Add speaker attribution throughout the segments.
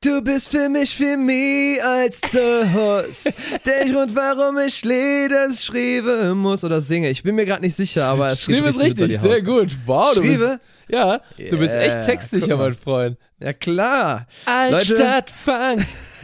Speaker 1: Du bist für mich viel mehr als zu Hus. Der Grund, warum ich Lieder schreiben muss oder singe. Ich bin mir gerade nicht sicher, aber es
Speaker 2: Schriebe ist richtig, sehr gut. Wow, du bist echt textsicher, mein Freund.
Speaker 1: Ja klar.
Speaker 2: Altstadtfunk.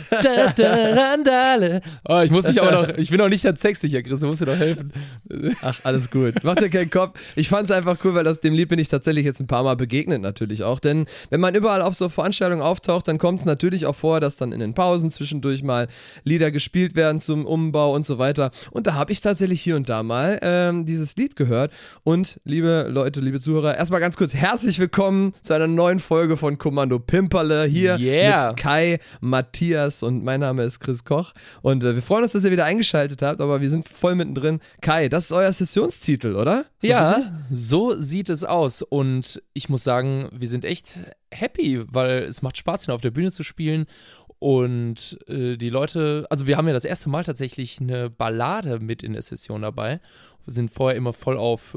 Speaker 2: Randale. Oh, ich bin noch nicht ganz textsicher, Chris, du musst mir doch helfen.
Speaker 1: Ach, alles gut. Mach dir keinen Kopf. Ich fand's einfach cool, weil dem Lied bin ich tatsächlich jetzt ein paar Mal begegnet natürlich auch, denn wenn man überall auf so Veranstaltungen auftaucht, dann kommt es natürlich auch vor, dass dann in den Pausen zwischendurch mal Lieder gespielt werden zum Umbau und so weiter. Und da habe ich tatsächlich hier und da mal dieses Lied gehört. Und liebe Leute, liebe Zuhörer, erstmal ganz kurz herzlich willkommen zu einer neuen Folge von Kommando Pimperle hier mit Kai, Matthias und mein Name ist Chris Koch und wir freuen uns, dass ihr wieder eingeschaltet habt, aber wir sind voll mittendrin. Kai, das ist euer Sessionstitel, oder?
Speaker 2: Ja, so sieht es aus und ich muss sagen, wir sind echt happy, weil es macht Spaß, ihn auf der Bühne zu spielen und die Leute, also wir haben ja das erste Mal tatsächlich eine Ballade mit in der Session dabei. Wir sind vorher immer voll auf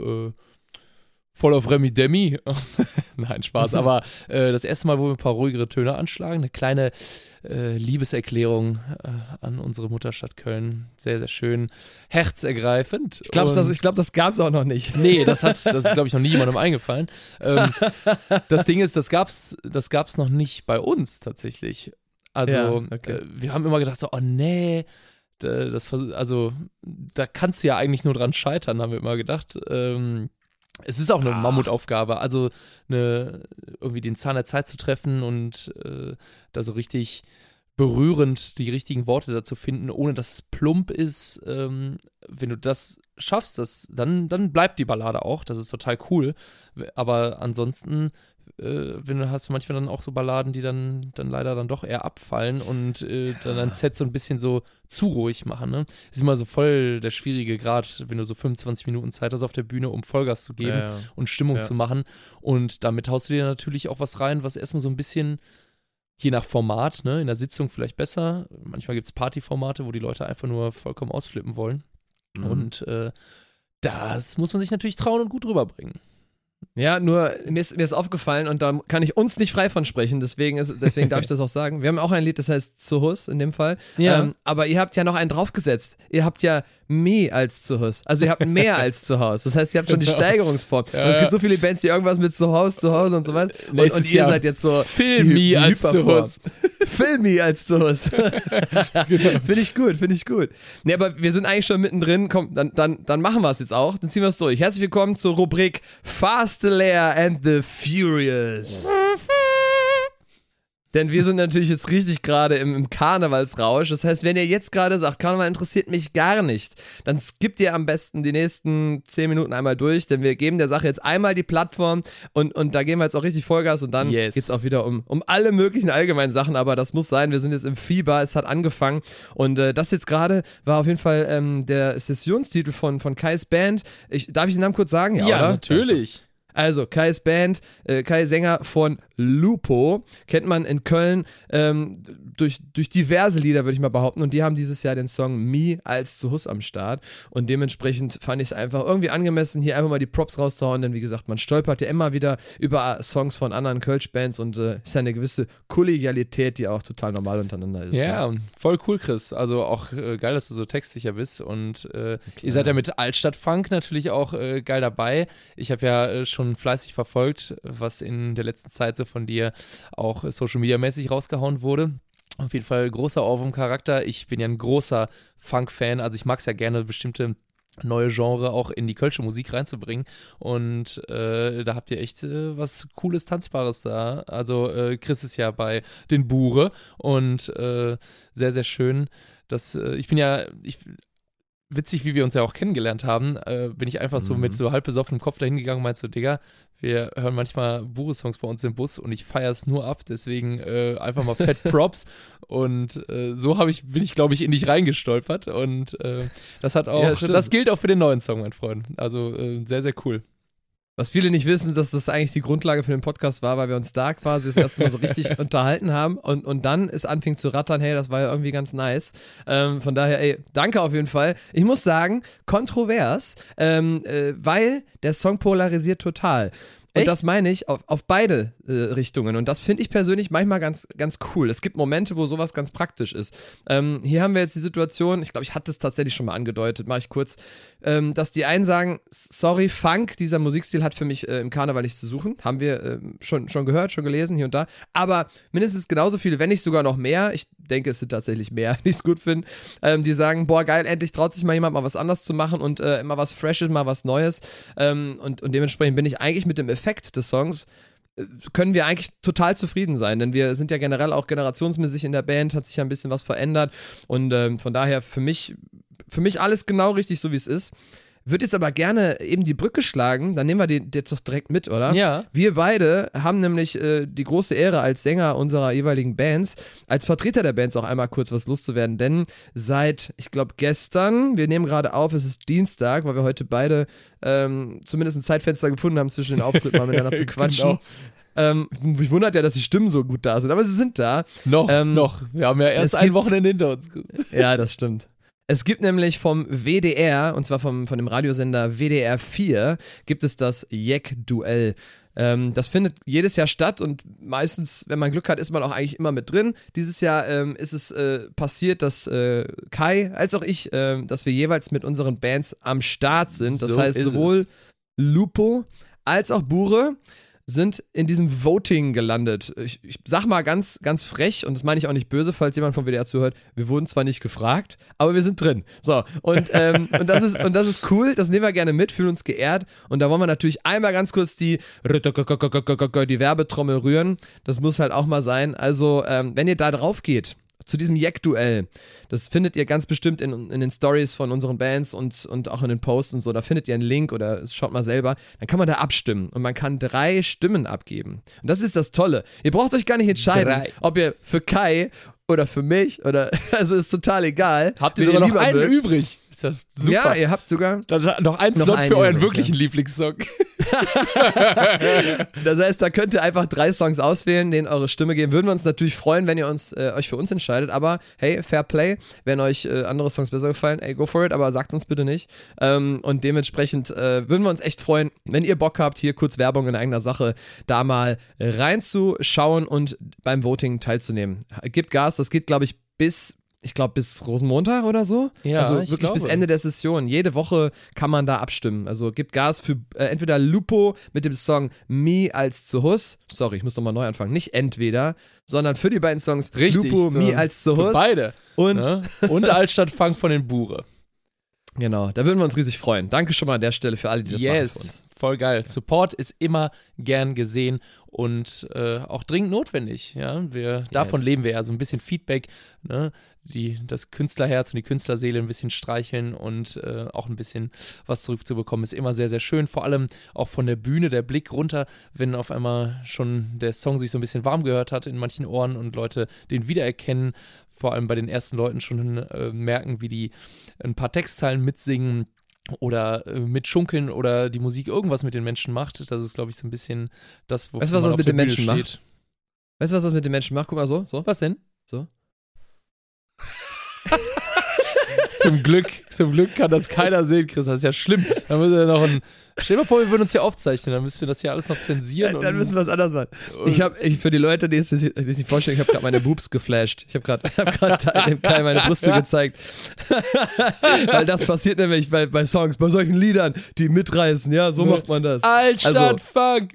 Speaker 2: Remi Demi. Nein, Spaß. Aber das erste Mal, wo wir ein paar ruhigere Töne anschlagen, eine kleine Liebeserklärung an unsere Mutterstadt Köln. Sehr, sehr schön. Herzergreifend.
Speaker 1: Ich glaube, das gab es auch noch nicht.
Speaker 2: Nee, das ist, glaube ich, noch nie jemandem eingefallen. Das Ding ist, das gab's noch nicht bei uns tatsächlich. Also, wir haben immer gedacht so, oh nee, da kannst du ja eigentlich nur dran scheitern, haben wir immer gedacht. Es ist auch eine Mammutaufgabe, also irgendwie den Zahn der Zeit zu treffen und da so richtig berührend die richtigen Worte dazu finden, ohne dass es plump ist. Wenn du das schaffst, dann bleibt die Ballade auch, das ist total cool. Aber ansonsten hast du manchmal dann auch so Balladen, die dann leider dann doch eher abfallen und dann ein Set so ein bisschen so zu ruhig machen. Ne? Ist immer so voll der schwierige Grad, wenn du so 25 Minuten Zeit hast auf der Bühne, um Vollgas zu geben und Stimmung zu machen. Und damit haust du dir natürlich auch was rein, was erstmal so ein bisschen, je nach Format, ne, in der Sitzung vielleicht besser. Manchmal gibt es Partyformate, wo die Leute einfach nur vollkommen ausflippen wollen. Und das muss man sich natürlich trauen und gut rüberbringen.
Speaker 1: Ja, nur mir ist aufgefallen und da kann ich uns nicht frei von sprechen, deswegen darf ich das auch sagen. Wir haben auch ein Lied, das heißt Zu Hus in dem Fall, aber ihr habt ja noch einen draufgesetzt. Ihr habt ja mehr als zu Hus. Also ihr habt mehr als zu Hause. Das heißt, ihr habt schon die Steigerungsform. Und es gibt so viele Bands, die irgendwas mit zu Hause und so was. Und ihr seid jetzt so
Speaker 2: Film me als zu Hus.
Speaker 1: Film me als zu Hus. Genau. Finde ich gut. Nee, aber wir sind eigentlich schon mittendrin. Komm, dann machen wir es jetzt auch. Dann ziehen wir es durch. Herzlich willkommen zur Rubrik Fast, Leia and the Furious. Denn wir sind natürlich jetzt richtig gerade im Karnevalsrausch. Das heißt, wenn ihr jetzt gerade sagt, Karneval interessiert mich gar nicht, dann skippt ihr am besten die nächsten 10 Minuten einmal durch, denn wir geben der Sache jetzt einmal die Plattform und da geben wir jetzt auch richtig Vollgas und dann geht's auch wieder um alle möglichen allgemeinen Sachen, aber das muss sein, wir sind jetzt im Fieber, es hat angefangen und das jetzt gerade war auf jeden Fall der Sessionstitel von Kais Band. Darf ich den Namen kurz sagen?
Speaker 2: Ja,
Speaker 1: oder?
Speaker 2: Natürlich.
Speaker 1: Also, Kais Band, Kai Sänger von Lupo, kennt man in Köln durch diverse Lieder, würde ich mal behaupten. Und die haben dieses Jahr den Song Me als zu Hus am Start. Und dementsprechend fand ich es einfach irgendwie angemessen, hier einfach mal die Props rauszuhauen. Denn wie gesagt, man stolpert ja immer wieder über Songs von anderen Kölsch-Bands und ist ja eine gewisse Kollegialität, die auch total normal untereinander ist.
Speaker 2: Ja, voll cool, Chris. Also auch geil, dass du so textsicher bist. Und ihr seid ja mit Altstadtfunk natürlich auch geil dabei. Ich habe ja schon fleißig verfolgt, was in der letzten Zeit so von dir auch Social-Media-mäßig rausgehauen wurde. Auf jeden Fall großer Ohrwurm-Charakter. Ich bin ja ein großer Funk-Fan, also ich mag es ja gerne, bestimmte neue Genre auch in die kölsche Musik reinzubringen und da habt ihr echt was Cooles, Tanzbares da. Also Chris ist ja bei den Bure und sehr, sehr schön, dass witzig, wie wir uns ja auch kennengelernt haben, bin ich einfach so mit so halb besoffenem Kopf dahin gegangen und meinte so, Digga, wir hören manchmal Bure-Songs bei uns im Bus und ich feiere es nur ab, deswegen einfach mal fett Props und so bin ich, glaube ich, in dich reingestolpert und das gilt auch für den neuen Song, mein Freund. Also sehr, sehr cool.
Speaker 1: Was viele nicht wissen, dass das eigentlich die Grundlage für den Podcast war, weil wir uns da quasi das erste Mal so richtig unterhalten haben und dann es anfing zu rattern, hey, das war ja irgendwie ganz nice. Von daher, ey, danke auf jeden Fall. Ich muss sagen, kontrovers, weil der Song polarisiert total. Und das meine ich auf beide Richtungen. Und das finde ich persönlich manchmal ganz, ganz cool. Es gibt Momente, wo sowas ganz praktisch ist. Hier haben wir jetzt die Situation, ich glaube, ich hatte es tatsächlich schon mal angedeutet, mache ich kurz, dass die einen sagen, sorry, Funk, dieser Musikstil hat für mich im Karneval nichts zu suchen. Haben wir schon gehört, schon gelesen, hier und da. Aber mindestens genauso viele, wenn nicht sogar noch mehr, ich denke, es sind tatsächlich mehr, die es gut finden, die sagen, boah, geil, endlich traut sich mal jemand, mal was anderes zu machen und immer was Freshes, mal was Neues. Und dementsprechend bin ich eigentlich mit dem Effekt des Songs können wir eigentlich total zufrieden sein, denn wir sind ja generell auch generationsmäßig in der Band, hat sich ja ein bisschen was verändert und von daher für mich alles genau richtig, so wie es ist. Würde jetzt aber gerne eben die Brücke schlagen, dann nehmen wir den jetzt doch direkt mit, oder?
Speaker 2: Ja.
Speaker 1: Wir beide haben nämlich die große Ehre als Sänger unserer jeweiligen Bands, als Vertreter der Bands auch einmal kurz was loszuwerden, denn seit, ich glaube gestern, wir nehmen gerade auf, es ist Dienstag, weil wir heute beide zumindest ein Zeitfenster gefunden haben, zwischen den Auftritten mal miteinander zu quatschen. Genau. Mich wundert ja, dass die Stimmen so gut da sind, aber sie sind da.
Speaker 2: Noch. Wir haben ja erst ein Wochenende hinter uns.
Speaker 1: Ja, das stimmt. Es gibt nämlich vom WDR, und zwar von dem Radiosender WDR 4, gibt es das Jeck-Duell. Das findet jedes Jahr statt und meistens, wenn man Glück hat, ist man auch eigentlich immer mit drin. Dieses Jahr ist es passiert, dass Kai als auch ich, dass wir jeweils mit unseren Bands am Start sind. Das heißt, sowohl Lupo als auch Bure sind in diesem Voting gelandet. Ich sag mal ganz, ganz frech, und das meine ich auch nicht böse, falls jemand vom WDR zuhört, wir wurden zwar nicht gefragt, aber wir sind drin. So, und das ist cool, das nehmen wir gerne mit, fühlen uns geehrt, und da wollen wir natürlich einmal ganz kurz die Werbetrommel rühren. Das muss halt auch mal sein. Also, wenn ihr da drauf geht, zu diesem Jeck-Duell, das findet ihr ganz bestimmt in den Stories von unseren Bands und auch in den Posts und so, da findet ihr einen Link oder schaut mal selber, dann kann man da abstimmen und man kann 3 Stimmen abgeben. Und das ist das Tolle. Ihr braucht euch gar nicht entscheiden, ob ihr für Kai oder für mich oder, also ist total egal.
Speaker 2: Habt ihr sogar noch einen übrig? Ist das super.
Speaker 1: Ja, ihr habt sogar
Speaker 2: dann noch einen Slot für euren wirklichen Lieblingssong.
Speaker 1: Das heißt, da könnt ihr einfach 3 Songs auswählen, denen eure Stimme geben. Würden wir uns natürlich freuen, wenn ihr euch für uns entscheidet, aber hey, Fair Play, wenn euch andere Songs besser gefallen, ey, go for it, aber sagt uns bitte nicht. Und dementsprechend würden wir uns echt freuen, wenn ihr Bock habt, hier kurz Werbung in eigener Sache, da mal reinzuschauen und beim Voting teilzunehmen. Gebt Gas, das geht, glaube ich, bis Rosenmontag oder so.
Speaker 2: Ja,
Speaker 1: also wirklich bis Ende der Session. Jede Woche kann man da abstimmen. Also gibt Gas für entweder Lupo mit dem Song Me als zu Hus. Sorry, ich muss nochmal neu anfangen. Nicht entweder, sondern für die beiden Songs
Speaker 2: richtig,
Speaker 1: Lupo,
Speaker 2: so
Speaker 1: Me als zu Hus.
Speaker 2: Für beide.
Speaker 1: Und,
Speaker 2: ja? Und Altstadtfunk von den Bure.
Speaker 1: Genau, da würden wir uns riesig freuen. Danke schon mal an der Stelle für alle, die das machen für uns.
Speaker 2: Voll geil. Support ist immer gern gesehen und auch dringend notwendig. Ja? Davon leben wir ja, so ein bisschen Feedback, ne? Das Künstlerherz und die Künstlerseele ein bisschen streicheln und auch ein bisschen was zurückzubekommen, ist immer sehr, sehr schön. Vor allem auch von der Bühne, der Blick runter, wenn auf einmal schon der Song sich so ein bisschen warm gehört hat in manchen Ohren und Leute den wiedererkennen, vor allem bei den ersten Leuten schon merken, wie die ein paar Textzeilen mitsingen oder mitschunkeln oder die Musik irgendwas mit den Menschen macht. Das ist, glaube ich, so ein bisschen das, wofür man auf der Bühne steht.
Speaker 1: Weißt du, was das mit den Menschen macht? Guck mal so.
Speaker 2: Was denn?
Speaker 1: So.
Speaker 2: Zum Glück kann das keiner sehen, Chris. Das ist ja schlimm. Dann müssen wir noch stell dir mal vor, wir würden uns hier aufzeichnen, dann müssen wir das hier alles noch zensieren.
Speaker 1: Dann müssen wir was anderes machen. Für die Leute, die es sich nicht vorstellen, ich habe gerade meine Boobs geflasht. Ich habe gerade dem Kai meine Brüste gezeigt. Weil das passiert nämlich bei Songs, bei solchen Liedern, die mitreißen, ja, so macht man das.
Speaker 2: Altstadtfunk!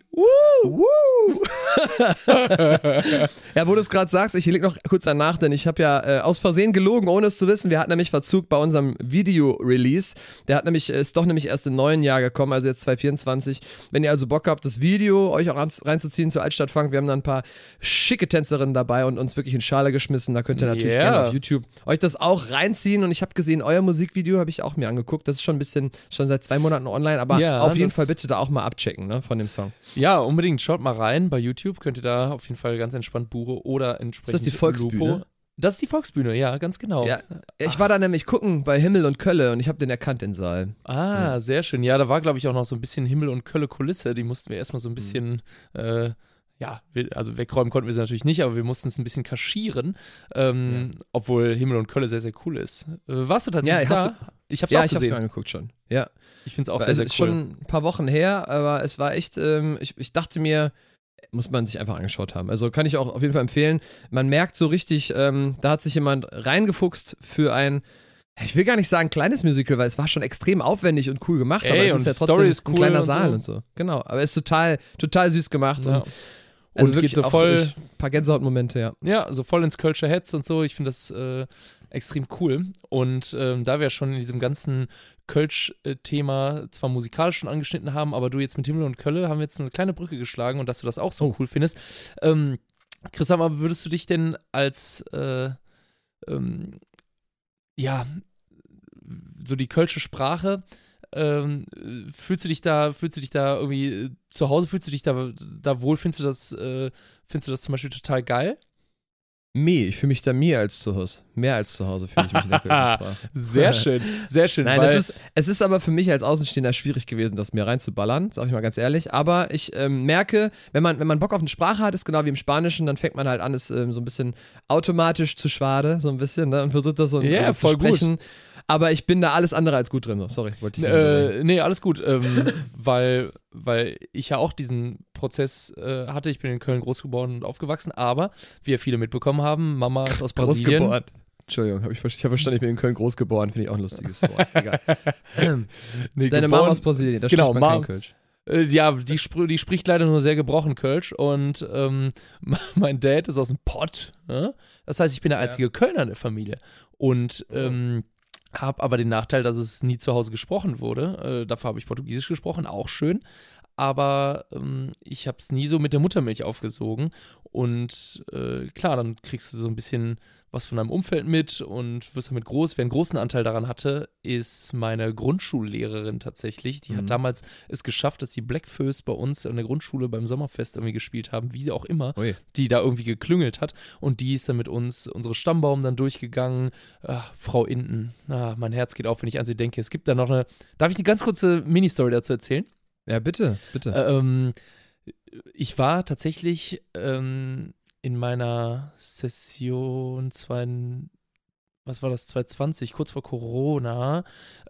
Speaker 1: Ja, wo du es gerade sagst, ich leg noch kurz danach, denn ich habe ja aus Versehen gelogen, ohne es zu wissen. Wir hatten nämlich Verzug bei unserem Video-Release. Ist doch nämlich erst im neuen Jahr gekommen, also jetzt 2024. Wenn ihr also Bock habt, das Video euch auch reinzuziehen zu Altstadtfunk, wir haben da ein paar schicke Tänzerinnen dabei und uns wirklich in Schale geschmissen. Da könnt ihr natürlich gerne auf YouTube euch das auch reinziehen. Und ich habe gesehen, euer Musikvideo habe ich auch mir angeguckt. Das ist schon seit 2 Monaten online, aber auf jeden Fall bitte da auch mal abchecken, ne, von dem Song.
Speaker 2: Ja, unbedingt. Schaut mal rein bei YouTube. Könnt ihr da auf jeden Fall ganz entspannt Bure oder entsprechend
Speaker 1: Ist das die Volksbühne?
Speaker 2: Lupo. Das ist die Volksbühne, ja, ganz genau.
Speaker 1: Ja, ich war da nämlich gucken bei Himmel und Kölle und ich habe den erkannt, den Saal.
Speaker 2: Sehr schön. Ja, da war, glaube ich, auch noch so ein bisschen Himmel und Kölle-Kulisse. Die mussten wir erstmal so ein bisschen, wegräumen konnten wir sie natürlich nicht, aber wir mussten es ein bisschen kaschieren, obwohl Himmel und Kölle sehr, sehr cool ist. Warst du tatsächlich da? Ich habe es auch gesehen.
Speaker 1: mir angeguckt schon. Ja.
Speaker 2: Ich finde es auch sehr, sehr cool.
Speaker 1: Es ist schon ein paar Wochen her, aber es war echt, ich dachte mir, muss man sich einfach angeschaut haben. Also kann ich auch auf jeden Fall empfehlen. Man merkt so richtig, da hat sich jemand reingefuchst für ein, ich will gar nicht sagen kleines Musical, weil es war schon extrem aufwendig und cool gemacht, aber es ist ja trotzdem ein kleiner Saal und so. Genau, aber es ist total, total süß gemacht und also
Speaker 2: geht so voll
Speaker 1: ein paar Gänsehautmomente, ja.
Speaker 2: Ja, so voll ins Kölsche Hetz und so. Ich finde das extrem cool. Und da wir schon in diesem ganzen Kölsch-Thema zwar musikalisch schon angeschnitten haben, aber du jetzt mit Himmel und Kölle haben wir jetzt eine kleine Brücke geschlagen und dass du das auch so cool findest. Chris, sag mal, würdest du dich denn als so die kölsche Sprache, fühlst du dich da irgendwie zu Hause, fühlst du dich da wohl, findest du das zum Beispiel total geil?
Speaker 1: Ich fühle mich da mehr als zu Hause fühle ich mich in der kölschen Sprache.
Speaker 2: Sehr schön, sehr schön.
Speaker 1: Nein, es ist aber für mich als Außenstehender schwierig gewesen, das mir reinzuballern, sag ich mal ganz ehrlich, aber ich merke, wenn man Bock auf eine Sprache hat, ist genau wie im Spanischen, dann fängt man halt an, es so ein bisschen automatisch zu schwade, so ein bisschen, ne, und versucht das so
Speaker 2: voll
Speaker 1: zu sprechen.
Speaker 2: Gut.
Speaker 1: Aber ich bin da alles andere als gut drin. Sorry, wollte ich
Speaker 2: nee, alles gut. Weil ich ja auch diesen Prozess hatte. Ich bin in Köln groß geworden und aufgewachsen. Aber, wie ja viele mitbekommen haben, Mama ist aus Brasilien.
Speaker 1: Großgeboren. Entschuldigung, ich habe verstanden, ich bin in Köln groß geboren. Finde ich auch ein lustiges Wort. Egal. Deine Mama aus Brasilien, da spricht man kein Kölsch.
Speaker 2: Ja, die spricht leider nur sehr gebrochen Kölsch. Und mein Dad ist aus dem Pott. Das heißt, ich bin der einzige Kölner in der Familie. Und habe aber den Nachteil, dass es nie zu Hause gesprochen wurde. Dafür habe ich Portugiesisch gesprochen, auch schön. Aber ich habe es nie so mit der Muttermilch aufgesogen. Und klar, dann kriegst du so ein bisschen was von deinem Umfeld mit und wirst damit groß. Wer einen großen Anteil daran hatte, ist meine Grundschullehrerin tatsächlich. Die hat damals es geschafft, dass die Blackfoes bei uns in der Grundschule beim Sommerfest irgendwie gespielt haben, wie sie auch immer, die da irgendwie geklüngelt hat. Und die ist dann mit uns unsere Stammbaum dann durchgegangen. Frau Inden, mein Herz geht auf, wenn ich an sie denke. Es gibt da noch darf ich eine ganz kurze Mini-Story dazu erzählen?
Speaker 1: Ja, bitte.
Speaker 2: Ich war tatsächlich in meiner Session 2020, kurz vor Corona,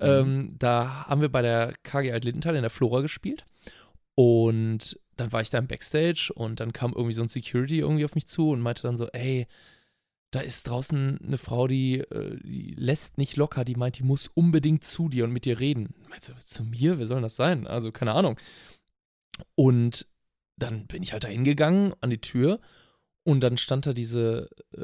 Speaker 2: da haben wir bei der KG Alt-Lindenthal in der Flora gespielt und dann war ich da im Backstage und dann kam irgendwie so ein Security irgendwie auf mich zu und meinte dann so, ey, da ist draußen eine Frau, die lässt nicht locker, die meint, die muss unbedingt zu dir und mit dir reden. Meinst du, zu mir? Wer soll denn das sein? Also, keine Ahnung. Und dann bin ich halt da hingegangen an die Tür und dann stand da diese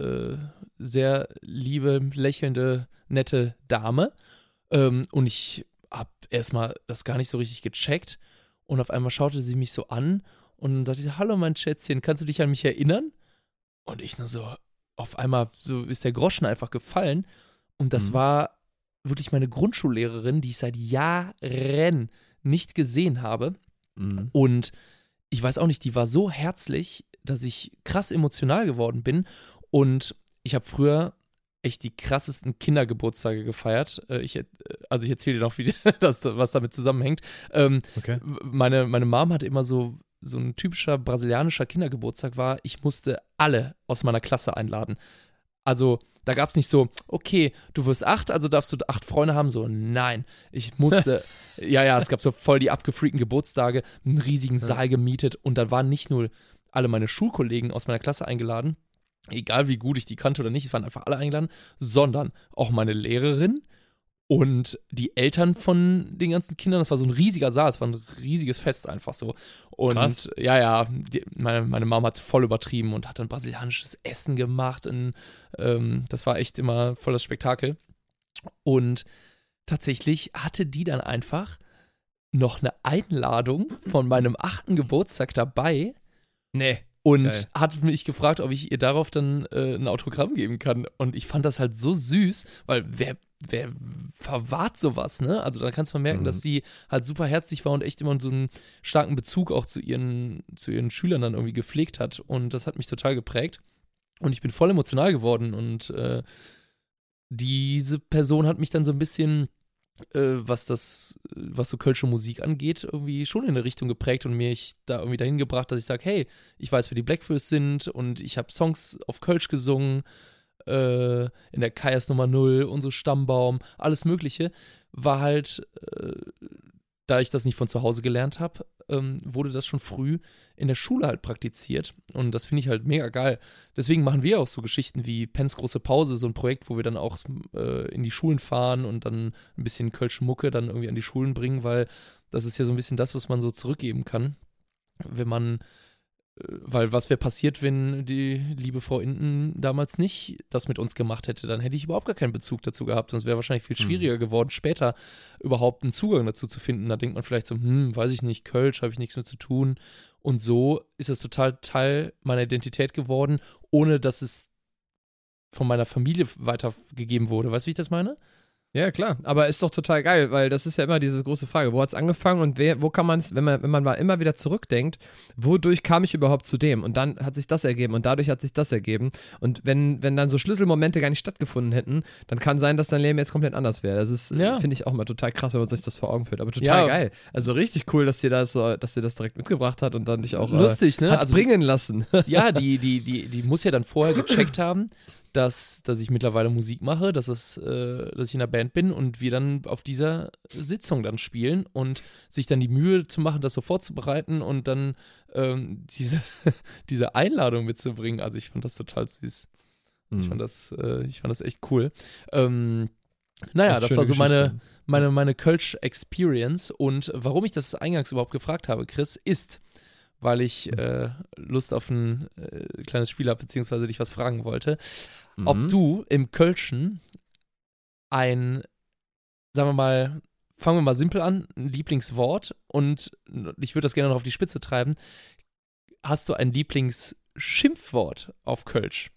Speaker 2: sehr liebe, lächelnde, nette Dame und ich habe erstmal das gar nicht so richtig gecheckt und auf einmal schaute sie mich so an und dann sagte sie, hallo mein Schätzchen, kannst du dich an mich erinnern? Und ich nur so, auf einmal so ist der Groschen einfach gefallen und das war wirklich meine Grundschullehrerin, die ich seit Jahren nicht gesehen habe und ich weiß auch nicht, die war so herzlich, dass ich krass emotional geworden bin und ich habe früher echt die krassesten Kindergeburtstage gefeiert. Ich erzähle dir noch, was damit zusammenhängt.
Speaker 1: Okay.
Speaker 2: Meine Mom hatte immer so ein typischer brasilianischer Kindergeburtstag war, ich musste alle aus meiner Klasse einladen. Also da gab es nicht so, okay, du wirst 8, also darfst du 8 Freunde haben. So, nein, ich musste, es gab so voll die abgefreakten Geburtstage, einen riesigen Saal gemietet und da waren nicht nur alle meine Schulkollegen aus meiner Klasse eingeladen, egal wie gut ich die kannte oder nicht, es waren einfach alle eingeladen, sondern auch meine Lehrerin und die Eltern von den ganzen Kindern. Das war so ein riesiger Saal, es war ein riesiges Fest einfach so. Und
Speaker 1: krass.
Speaker 2: Meine Mama hat es voll übertrieben und hat dann brasilianisches Essen gemacht. Das war echt immer voll das Spektakel. Und tatsächlich hatte die dann einfach noch eine Einladung von meinem 8. Geburtstag dabei.
Speaker 1: Nee.
Speaker 2: Und
Speaker 1: geil.
Speaker 2: hat mich gefragt, ob ich ihr darauf dann ein Autogramm geben kann. Und ich fand das halt so süß, weil wer verwahrt sowas, ne? Also da kannst du mal merken, dass die halt super herzlich war und echt immer so einen starken Bezug auch zu ihren Schülern dann irgendwie gepflegt hat. Und das hat mich total geprägt. Und ich bin voll emotional geworden. Und diese Person hat mich dann so ein bisschen, was so kölsche Musik angeht, irgendwie schon in eine Richtung geprägt und mich da irgendwie dahin gebracht, dass ich sage, hey, ich weiß, wer die Blackfoes sind und ich habe Songs auf Kölsch gesungen. in der Kaias Nummer 0, unsere Stammbaum, alles Mögliche, war halt, da ich das nicht von zu Hause gelernt habe, wurde das schon früh in der Schule halt praktiziert. Und das finde ich halt mega geil. Deswegen machen wir auch so Geschichten wie Pens große Pause, so ein Projekt, wo wir dann auch in die Schulen fahren und dann ein bisschen Kölsche Mucke dann irgendwie an die Schulen bringen, weil das ist ja so ein bisschen das, was man so zurückgeben kann, wenn man weil was wäre passiert, wenn die liebe Frau Inden damals nicht das mit uns gemacht hätte? Dann hätte ich überhaupt gar keinen Bezug dazu gehabt. Und es wäre wahrscheinlich viel schwieriger geworden, später überhaupt einen Zugang dazu zu finden. Da denkt man vielleicht so, weiß ich nicht, Kölsch, habe ich nichts mit zu tun. Und so ist es total Teil meiner Identität geworden, ohne dass es von meiner Familie weitergegeben wurde. Weißt du, wie ich das meine?
Speaker 1: Ja, klar, aber ist doch total geil, weil das ist ja immer diese große Frage, wo hat es angefangen und wo kann man es, wenn man mal immer wieder zurückdenkt, wodurch kam ich überhaupt zu dem und dann hat sich das ergeben und dadurch hat sich das ergeben und wenn dann so Schlüsselmomente gar nicht stattgefunden hätten, dann kann sein, dass dein Leben jetzt komplett anders wäre. Das ist, finde ich auch mal total krass, wenn man sich das vor Augen führt, aber total geil. Also richtig cool, dass dir das direkt mitgebracht hat und dann dich auch
Speaker 2: lustig, ne?
Speaker 1: Hat bringen lassen.
Speaker 2: Ja, die muss ja dann vorher gecheckt haben, dass ich mittlerweile Musik mache, dass ich in einer Band bin und wir dann auf dieser Sitzung dann spielen und sich dann die Mühe zu machen, das so vorzubereiten und dann diese Einladung mitzubringen. Also ich fand das total süß. Ich fand das echt cool. Naja, das war so meine Kölsch-Experience und warum ich das eingangs überhaupt gefragt habe, Chris, ist, weil ich Lust auf ein kleines Spiel habe, beziehungsweise dich was fragen wollte, ob du im Kölschen sagen wir mal, fangen wir mal simpel an, ein Lieblingswort und ich würde das gerne noch auf die Spitze treiben. Hast du ein Lieblingsschimpfwort auf Kölsch?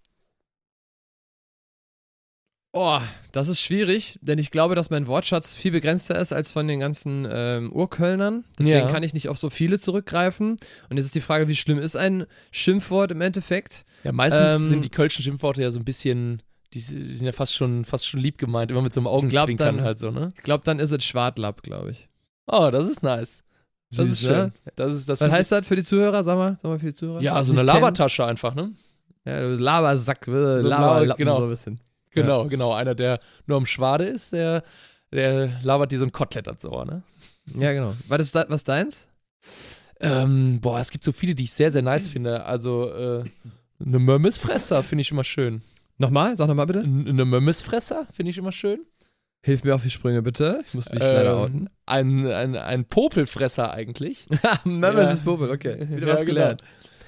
Speaker 1: Oh, das ist schwierig, denn ich glaube, dass mein Wortschatz viel begrenzter ist als von den ganzen Urkölnern. Deswegen kann ich nicht auf so viele zurückgreifen. Und jetzt ist die Frage, wie schlimm ist ein Schimpfwort im Endeffekt?
Speaker 2: Ja, meistens sind die kölschen Schimpfworte ja so ein bisschen, die sind ja fast schon lieb gemeint, immer mit so einem Augenzwinkern halt so, ne?
Speaker 1: Ich glaube, dann ist es Schwartlapp, glaube ich.
Speaker 2: Oh, das ist nice. Das ist schön.
Speaker 1: Was heißt das für die Zuhörer? Sag mal für die Zuhörer.
Speaker 2: Ja, so eine Labertasche einfach, ne?
Speaker 1: Ja, du Labersack, Laberlappen,
Speaker 2: genau.
Speaker 1: So ein bisschen.
Speaker 2: Genau. Einer, der nur am Schwade ist, der labert dir so ein Kotelett ans Ohr, ne?
Speaker 1: Ja, genau. Was deins?
Speaker 2: Es gibt so viele, die ich sehr, sehr nice finde. Also, eine Mömmesfresser finde ich immer schön.
Speaker 1: Nochmal? Sag nochmal bitte.
Speaker 2: Eine Mömmesfresser finde ich immer schön.
Speaker 1: Hilf mir auf die Sprünge, bitte. Ich muss mich leider outen.
Speaker 2: Ein Popelfresser eigentlich.
Speaker 1: Mömmes ist Popel, okay. Wieder was gelernt.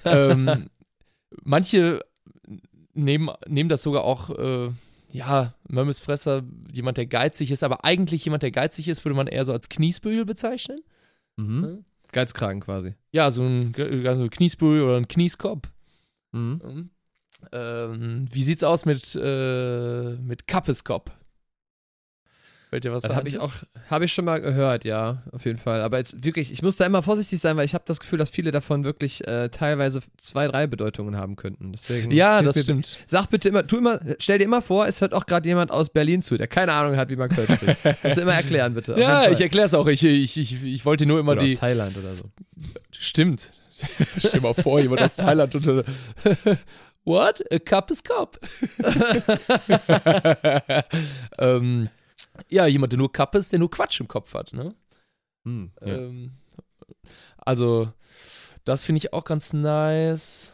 Speaker 2: Manche nehmen das sogar auch Mömmesfresser, jemand, der geizig ist, aber eigentlich jemand, der geizig ist, würde man eher so als Kniesbügel bezeichnen.
Speaker 1: Mhm. Geizkragen quasi.
Speaker 2: Ja, so ein Kniesbügel oder ein Knieskopf.
Speaker 1: Mhm.
Speaker 2: Wie sieht's aus mit Kappeskopf? Fällt dir was
Speaker 1: Das habe ich schon mal gehört, ja, auf jeden Fall. Aber jetzt wirklich, ich muss da immer vorsichtig sein, weil ich habe das Gefühl, dass viele davon wirklich teilweise 2, 3 Bedeutungen haben könnten. Deswegen
Speaker 2: ja, das stimmt.
Speaker 1: Sag bitte stell dir immer vor, es hört auch gerade jemand aus Berlin zu, der keine Ahnung hat, wie man Kölsch spricht. Musst du immer erklären, bitte.
Speaker 2: Ja, ich erkläre es auch. Ich wollte nur immer
Speaker 1: oder aus Thailand oder so.
Speaker 2: Stimmt. Stell dir mal vor, jemand aus Thailand und What? A cup is cup. Ja, jemand, der nur Kappe ist, der nur Quatsch im Kopf hat, ne?
Speaker 1: Ja.
Speaker 2: Also, das finde ich auch ganz nice.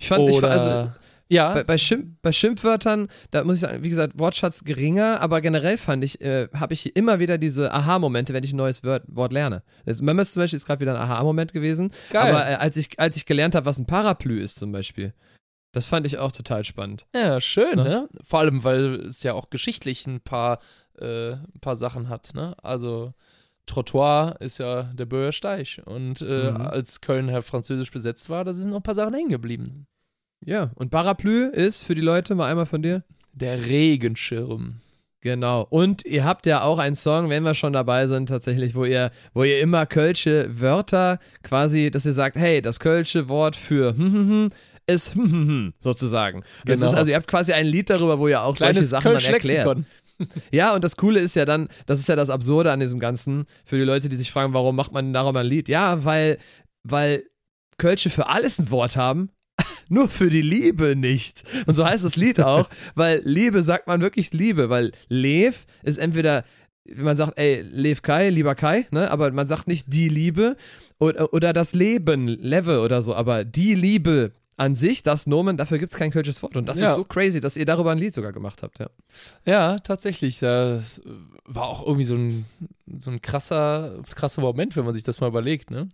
Speaker 1: Bei Schimpfwörtern, da muss ich sagen, wie gesagt, Wortschatz geringer, aber generell habe ich immer wieder diese Aha-Momente, wenn ich ein neues Wort lerne. Mömmes zum Beispiel ist gerade wieder ein Aha-Moment gewesen.
Speaker 2: Geil.
Speaker 1: Aber als ich gelernt habe, was ein Paraplü ist zum Beispiel, das fand ich auch total spannend.
Speaker 2: Ja, schön, ne? Vor allem, weil es ja auch geschichtlich ein paar Sachen hat, ne? Also Trottoir ist ja der Bürgersteig und als Köln französisch besetzt war, da sind noch ein paar Sachen hängen geblieben.
Speaker 1: Ja, und Paraplü ist für die Leute, mal einmal von dir?
Speaker 2: Der Regenschirm.
Speaker 1: Genau, und ihr habt ja auch einen Song, wenn wir schon dabei sind, tatsächlich, wo ihr immer kölsche Wörter quasi, dass ihr sagt, hey, das kölsche Wort für ist sozusagen. Genau. Das ist, also ihr habt quasi ein Lied darüber, wo ihr auch
Speaker 2: kleines
Speaker 1: solche Sachen dann erklärt.
Speaker 2: Lexikon.
Speaker 1: Ja, und das Coole ist ja dann, das ist ja das Absurde an diesem Ganzen, für die Leute, die sich fragen, warum macht man darüber ein Lied? Ja, weil Kölsche für alles ein Wort haben, nur für die Liebe nicht. Und so heißt das Lied auch, weil Liebe sagt man wirklich Liebe, weil Lev ist entweder, wenn man sagt, ey, Lev Kai, lieber Kai, ne, aber man sagt nicht die Liebe oder das Leben, Leve oder so, aber die Liebe an sich, das Nomen, dafür gibt es kein kölsches Wort. Und das ist so crazy, dass ihr darüber ein Lied sogar gemacht habt, ja.
Speaker 2: Ja, tatsächlich. Das war auch irgendwie so ein krasser Moment, wenn man sich das mal überlegt, ne?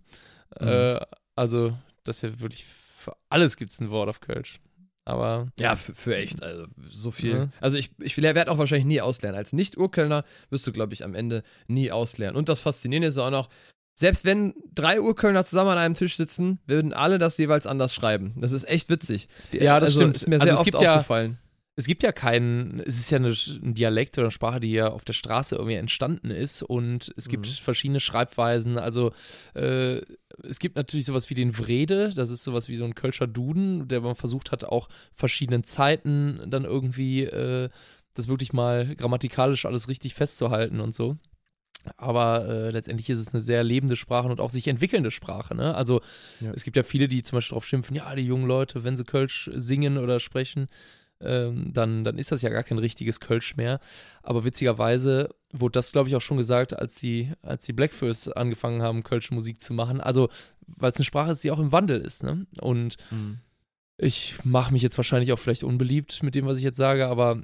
Speaker 2: Also, das ist ja wirklich, für alles gibt es ein Wort auf Kölsch. Aber.
Speaker 1: Ja, für echt, also so viel. Ja. Also ich werde auch wahrscheinlich nie auslernen. Als Nicht-Urkölner wirst du, glaube ich, am Ende nie auslernen. Und das Faszinierende ist auch noch, selbst wenn 3 Urkölner zusammen an einem Tisch sitzen, würden alle das jeweils anders schreiben. Das ist echt witzig.
Speaker 2: Ja, das stimmt.
Speaker 1: Ist mir sehr oft aufgefallen.
Speaker 2: Es gibt ja es ist ja ein Dialekt oder eine Sprache, die ja auf der Straße irgendwie entstanden ist und es gibt verschiedene Schreibweisen. Also es gibt natürlich sowas wie den Vrede, das ist sowas wie so ein Kölscher Duden, der man versucht hat, auch verschiedenen Zeiten dann irgendwie das wirklich mal grammatikalisch alles richtig festzuhalten und so. Aber letztendlich ist es eine sehr lebende Sprache und auch sich entwickelnde Sprache, ne? Also es gibt ja viele, die zum Beispiel drauf schimpfen, ja, die jungen Leute, wenn sie Kölsch singen oder sprechen, dann ist das ja gar kein richtiges Kölsch mehr. Aber witzigerweise wurde das, glaube ich, auch schon gesagt, als die Blackfurs angefangen haben, Kölsche Musik zu machen. Also, weil es eine Sprache ist, die auch im Wandel ist, ne? Und ich mache mich jetzt wahrscheinlich auch vielleicht unbeliebt mit dem, was ich jetzt sage, aber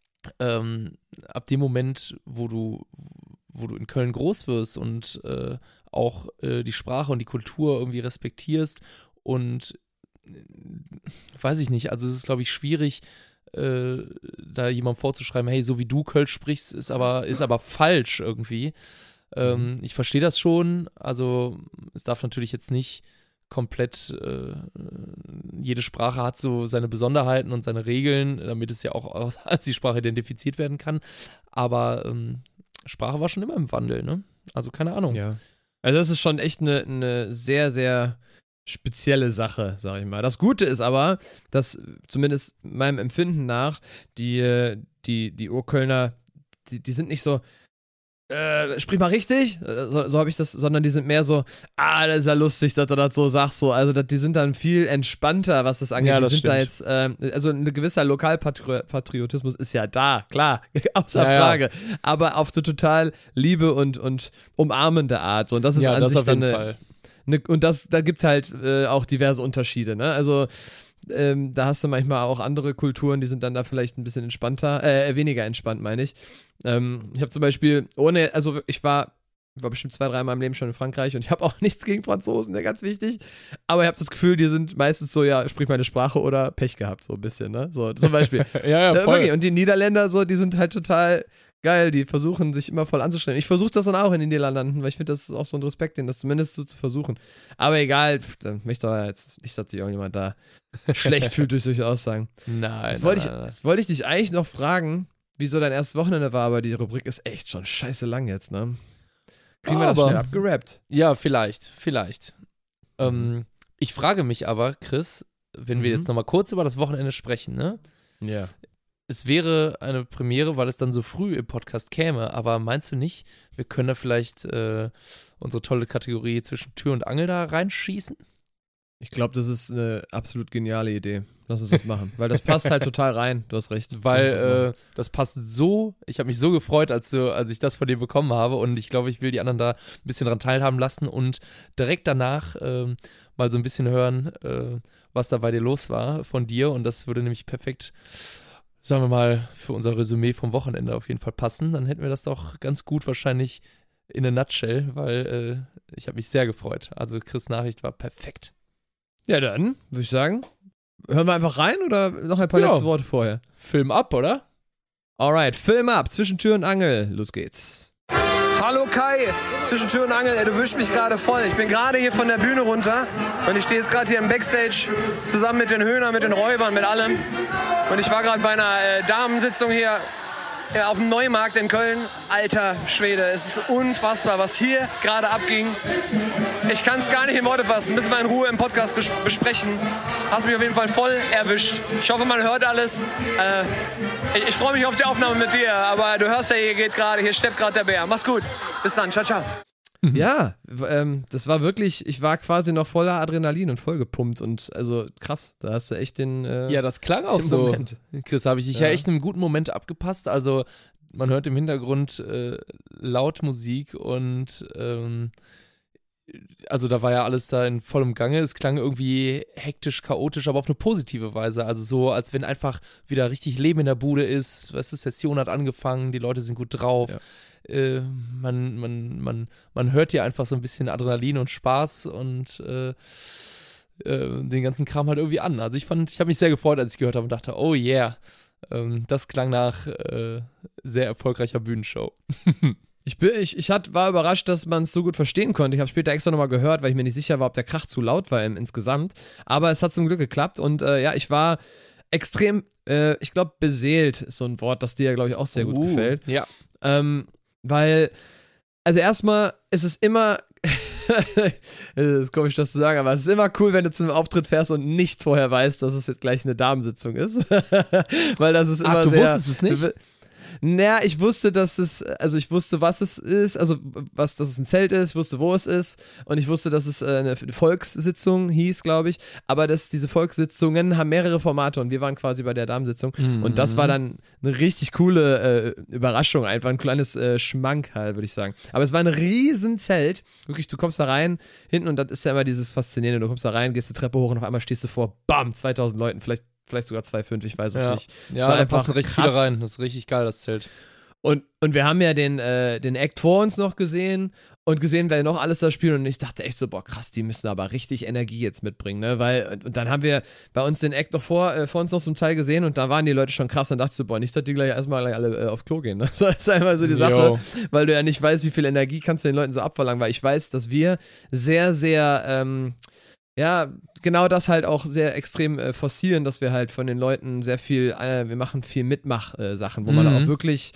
Speaker 2: ab dem Moment, wo du in Köln groß wirst und auch die Sprache und die Kultur irgendwie respektierst und weiß ich nicht, also es ist, glaube ich, schwierig, da jemandem vorzuschreiben, hey, so wie du Kölsch sprichst, ist aber falsch irgendwie. Ich verstehe das schon, also es darf natürlich jetzt nicht komplett, jede Sprache hat so seine Besonderheiten und seine Regeln, damit es ja auch als die Sprache identifiziert werden kann, aber Sprache war schon immer im Wandel, ne? Also keine Ahnung.
Speaker 1: Ja. Also das ist schon echt eine sehr, sehr spezielle Sache, sag ich mal. Das Gute ist aber, dass zumindest meinem Empfinden nach die Urkölner, die sind nicht so, sprich mal richtig, so habe ich das, sondern die sind mehr so, das ist ja lustig, dass du das so sagst, so. Also die sind dann viel entspannter, was das angeht.
Speaker 2: Ja,
Speaker 1: die
Speaker 2: das
Speaker 1: sind
Speaker 2: stimmt.
Speaker 1: da jetzt, also ein gewisser Lokalpatriotismus ist ja da, klar, außer Frage. Ja. Aber auf eine total liebe und umarmende Art. So. Und das ist an
Speaker 2: das
Speaker 1: sich
Speaker 2: auf jeden
Speaker 1: dann
Speaker 2: Fall.
Speaker 1: Und da gibt es halt auch diverse Unterschiede, ne? Also da hast du manchmal auch andere Kulturen, die sind dann da vielleicht ein bisschen entspannter, weniger entspannt, meine ich. Ich habe zum Beispiel ich war bestimmt 2-3 Mal im Leben schon in Frankreich und ich habe auch nichts gegen Franzosen, ja, ganz wichtig. Aber ich habe das Gefühl, die sind meistens so, ja, sprich meine Sprache oder Pech gehabt, so ein bisschen, ne? So zum Beispiel.
Speaker 2: Ja, voll.
Speaker 1: Wirklich. Und die Niederländer so, die sind halt total geil, die versuchen sich immer voll anzustellen. Ich versuche das dann auch in den Niederlanden, weil ich finde, das ist auch so ein Respekt, das zumindest so zu versuchen. Aber egal, dann möchte ich jetzt nicht, dass sich irgendjemand da schlecht fühlt durch solche Aussagen.
Speaker 2: Nein.
Speaker 1: Jetzt wollte ich dich eigentlich noch fragen, wieso dein erstes Wochenende war, aber die Rubrik ist echt schon scheiße lang jetzt, ne? Kriegen wir das schnell abgerappt?
Speaker 2: Ja, vielleicht. Ich frage mich aber, Chris, wenn wir jetzt nochmal kurz über das Wochenende sprechen, ne?
Speaker 1: Ja.
Speaker 2: Es wäre eine Premiere, weil es dann so früh im Podcast käme, aber meinst du nicht, wir können da vielleicht unsere tolle Kategorie zwischen Tür und Angel da reinschießen?
Speaker 1: Ich glaube, das ist eine absolut geniale Idee. Lass uns das machen, weil das passt halt total rein, du hast recht.
Speaker 2: Weil das passt so, ich habe mich so gefreut, als ich das von dir bekommen habe und ich glaube, ich will die anderen da ein bisschen dran teilhaben lassen und direkt danach mal so ein bisschen hören, was da bei dir los war von dir und das würde nämlich perfekt, sagen wir mal, für unser Resümee vom Wochenende auf jeden Fall passen. Dann hätten wir das doch ganz gut wahrscheinlich in a nutshell, weil ich habe mich sehr gefreut. Also Chris' Nachricht war perfekt.
Speaker 1: Ja, dann würde ich sagen, hören wir einfach rein oder noch ein paar letzte Worte vorher?
Speaker 2: Film ab, oder?
Speaker 1: Alright, Film ab, zwischen Tür und Angel, los geht's.
Speaker 3: Hallo Kai, zwischen Tür und Angel, du wischst mich gerade voll. Ich bin gerade hier von der Bühne runter und ich stehe jetzt gerade hier im Backstage zusammen mit den Höhnern, mit den Räubern, mit allem. Und ich war gerade bei einer Damensitzung hier auf dem Neumarkt in Köln. Alter Schwede, es ist unfassbar, was hier gerade abging. Ich kann es gar nicht in Worte fassen, müssen wir in Ruhe im Podcast besprechen. Hast mich auf jeden Fall voll erwischt. Ich hoffe, man hört alles. Ich freue mich auf die Aufnahme mit dir, aber du hörst ja, hier steppt gerade der Bär. Mach's gut. Bis dann, ciao, ciao.
Speaker 1: Ja, das war wirklich, ich war quasi noch voller Adrenalin und voll gepumpt und also krass, da hast du echt den
Speaker 2: Ja, das klang auch so.
Speaker 1: Moment.
Speaker 2: Chris, habe ich dich ja echt in einem guten Moment abgepasst. Also man hört im Hintergrund laut Musik und also da war ja alles da in vollem Gange. Es klang irgendwie hektisch, chaotisch, aber auf eine positive Weise. Also so, als wenn einfach wieder richtig Leben in der Bude ist. Weißt du, Session hat angefangen, die Leute sind gut drauf. Ja. Man hört hier einfach so ein bisschen Adrenalin und Spaß und den ganzen Kram halt irgendwie an. Also ich habe mich sehr gefreut, als ich gehört habe und dachte, oh yeah, das klang nach sehr erfolgreicher Bühnenshow.
Speaker 1: Ich war überrascht, dass man es so gut verstehen konnte. Ich habe später extra nochmal gehört, weil ich mir nicht sicher war, ob der Krach zu laut war insgesamt. Aber es hat zum Glück geklappt und ja, ich war extrem, ich glaube, beseelt ist so ein Wort, das dir ja, glaube ich, auch sehr gut gefällt.
Speaker 2: Ja.
Speaker 1: Weil, also erstmal ist es immer, es ist komisch, das zu sagen, aber es ist immer cool, wenn du zu einem Auftritt fährst und nicht vorher weißt, dass es jetzt gleich eine Damensitzung ist. Weil das ist immer
Speaker 2: du
Speaker 1: sehr...
Speaker 2: wusstest es nicht?
Speaker 1: Naja, ich wusste, was es ist, also dass es ein Zelt ist, ich wusste, wo es ist und ich wusste, dass es eine Volkssitzung hieß, glaube ich, aber diese Volkssitzungen haben mehrere Formate und wir waren quasi bei der Damensitzung und das war dann eine richtig coole Überraschung, einfach ein kleines Schmank halt, würde ich sagen. Aber es war ein riesen Zelt, wirklich, du kommst da rein, hinten und das ist ja immer dieses Faszinierende, du kommst da rein, gehst die Treppe hoch und auf einmal stehst du vor, bam, 2000 Leuten, vielleicht sogar 2,5, ich weiß es nicht.
Speaker 2: Ja, da passen recht viele rein. Das ist richtig geil, das Zelt.
Speaker 1: Und wir haben ja den Act vor uns noch gesehen und gesehen, wer noch alles da spielt und ich dachte echt so, boah krass, die müssen aber richtig Energie jetzt mitbringen, ne, weil, und dann haben wir bei uns den Act noch vor uns noch zum Teil gesehen und da waren die Leute schon krass, dann dachte ich so, boah, nicht, dass die gleich alle auf Klo gehen, ne, so ist einfach so die Sache, weil du ja nicht weißt, wie viel Energie kannst du den Leuten so abverlangen, weil ich weiß, dass wir sehr, sehr, ja, genau das halt auch sehr extrem forcieren, dass wir halt von den Leuten sehr viel, wir machen viel Mitmach-Sachen, wo man auch wirklich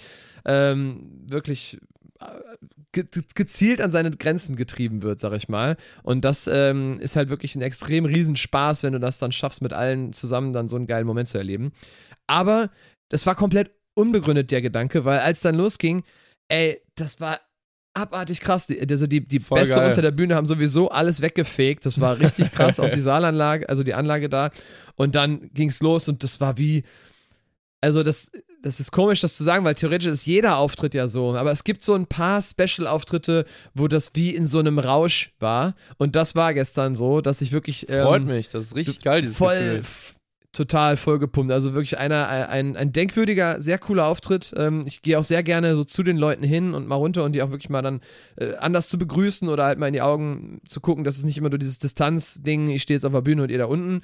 Speaker 1: gezielt an seine Grenzen getrieben wird, sag ich mal. Und das ist halt wirklich ein extrem Riesenspaß, wenn du das dann schaffst, mit allen zusammen dann so einen geilen Moment zu erleben. Aber das war komplett unbegründet, der Gedanke, weil als dann losging, ey, das war abartig krass. Also die Bässe unter der Bühne haben sowieso alles weggefegt. Das war richtig krass, auch die Saalanlage, also die Anlage da. Und dann ging's los und das war wie, also das ist komisch, das zu sagen, weil theoretisch ist jeder Auftritt ja so. Aber es gibt so ein paar Special-Auftritte, wo das wie in so einem Rausch war. Und das war gestern so, dass ich wirklich...
Speaker 2: Freut mich, das ist richtig geil, dieses Gefühl.
Speaker 1: Total vollgepumpt. Also wirklich ein denkwürdiger, sehr cooler Auftritt. Ich gehe auch sehr gerne so zu den Leuten hin und mal runter und die auch wirklich mal dann anders zu begrüßen oder halt mal in die Augen zu gucken, dass es nicht immer nur dieses Distanzding, ich stehe jetzt auf der Bühne und ihr da unten.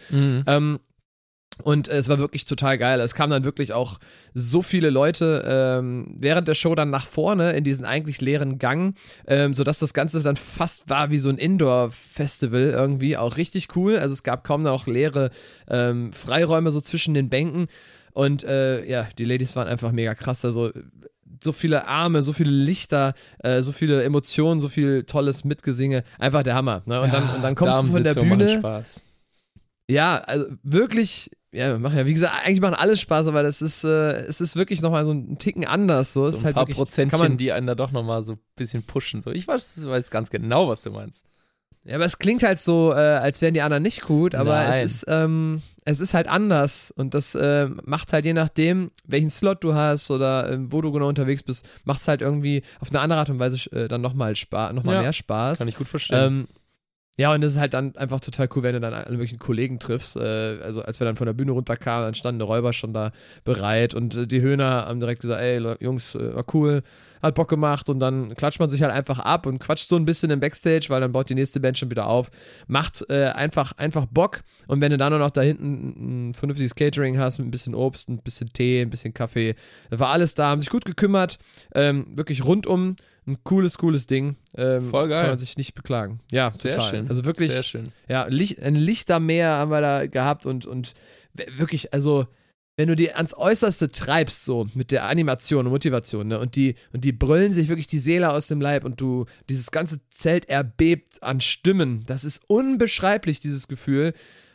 Speaker 1: Und es war wirklich total geil. Es kamen dann wirklich auch so viele Leute während der Show dann nach vorne in diesen eigentlich leeren Gang, sodass das Ganze dann fast war wie so ein Indoor-Festival irgendwie. Auch richtig cool. Also es gab kaum noch leere Freiräume so zwischen den Bänken. Und ja, die Ladies waren einfach mega krass. Also so viele Arme, so viele Lichter, so viele Emotionen, so viel tolles Mitgesinge. Einfach der Hammer. Ne? Und dann kommst du von der Bühne.
Speaker 2: Spaß.
Speaker 1: Ja, also wirklich, ja, wie gesagt, eigentlich machen alles Spaß, aber es ist wirklich nochmal so ein Ticken anders. So,
Speaker 2: so
Speaker 1: ist
Speaker 2: ein
Speaker 1: halt
Speaker 2: paar
Speaker 1: wirklich,
Speaker 2: Prozentchen, die einen da doch nochmal so ein bisschen pushen. So. Ich weiß ganz genau, was du meinst.
Speaker 1: Ja, aber es klingt halt so, als wären die anderen nicht gut, aber es ist halt anders und das macht halt je nachdem, welchen Slot du hast oder wo du genau unterwegs bist, macht es halt irgendwie auf eine andere Art und Weise dann nochmal mehr Spaß.
Speaker 2: Kann ich gut verstehen.
Speaker 1: Ja, und das ist halt dann einfach total cool, wenn du dann alle möglichen Kollegen triffst. Also als wir dann von der Bühne runterkamen, dann standen die Räuber schon da bereit und die Höhner haben direkt gesagt, ey Jungs, war cool, hat Bock gemacht und dann klatscht man sich halt einfach ab und quatscht so ein bisschen im Backstage, weil dann baut die nächste Band schon wieder auf. Macht einfach Bock und wenn du dann noch da hinten ein vernünftiges Catering hast mit ein bisschen Obst, ein bisschen Tee, ein bisschen Kaffee, da war alles da, haben sich gut gekümmert, wirklich rundum ein cooles Ding.
Speaker 2: Voll geil.
Speaker 1: Kann man sich nicht beklagen. Ja,
Speaker 2: sehr
Speaker 1: total.
Speaker 2: Schön.
Speaker 1: Also wirklich,
Speaker 2: sehr schön.
Speaker 1: Ja, ein Lichtermeer haben wir da gehabt und wirklich, also wenn du die ans Äußerste treibst, so mit der Animation und Motivation, ne, und die brüllen sich wirklich die Seele aus dem Leib und dieses ganze Zelt erbebt an Stimmen. Das ist unbeschreiblich, dieses Gefühl.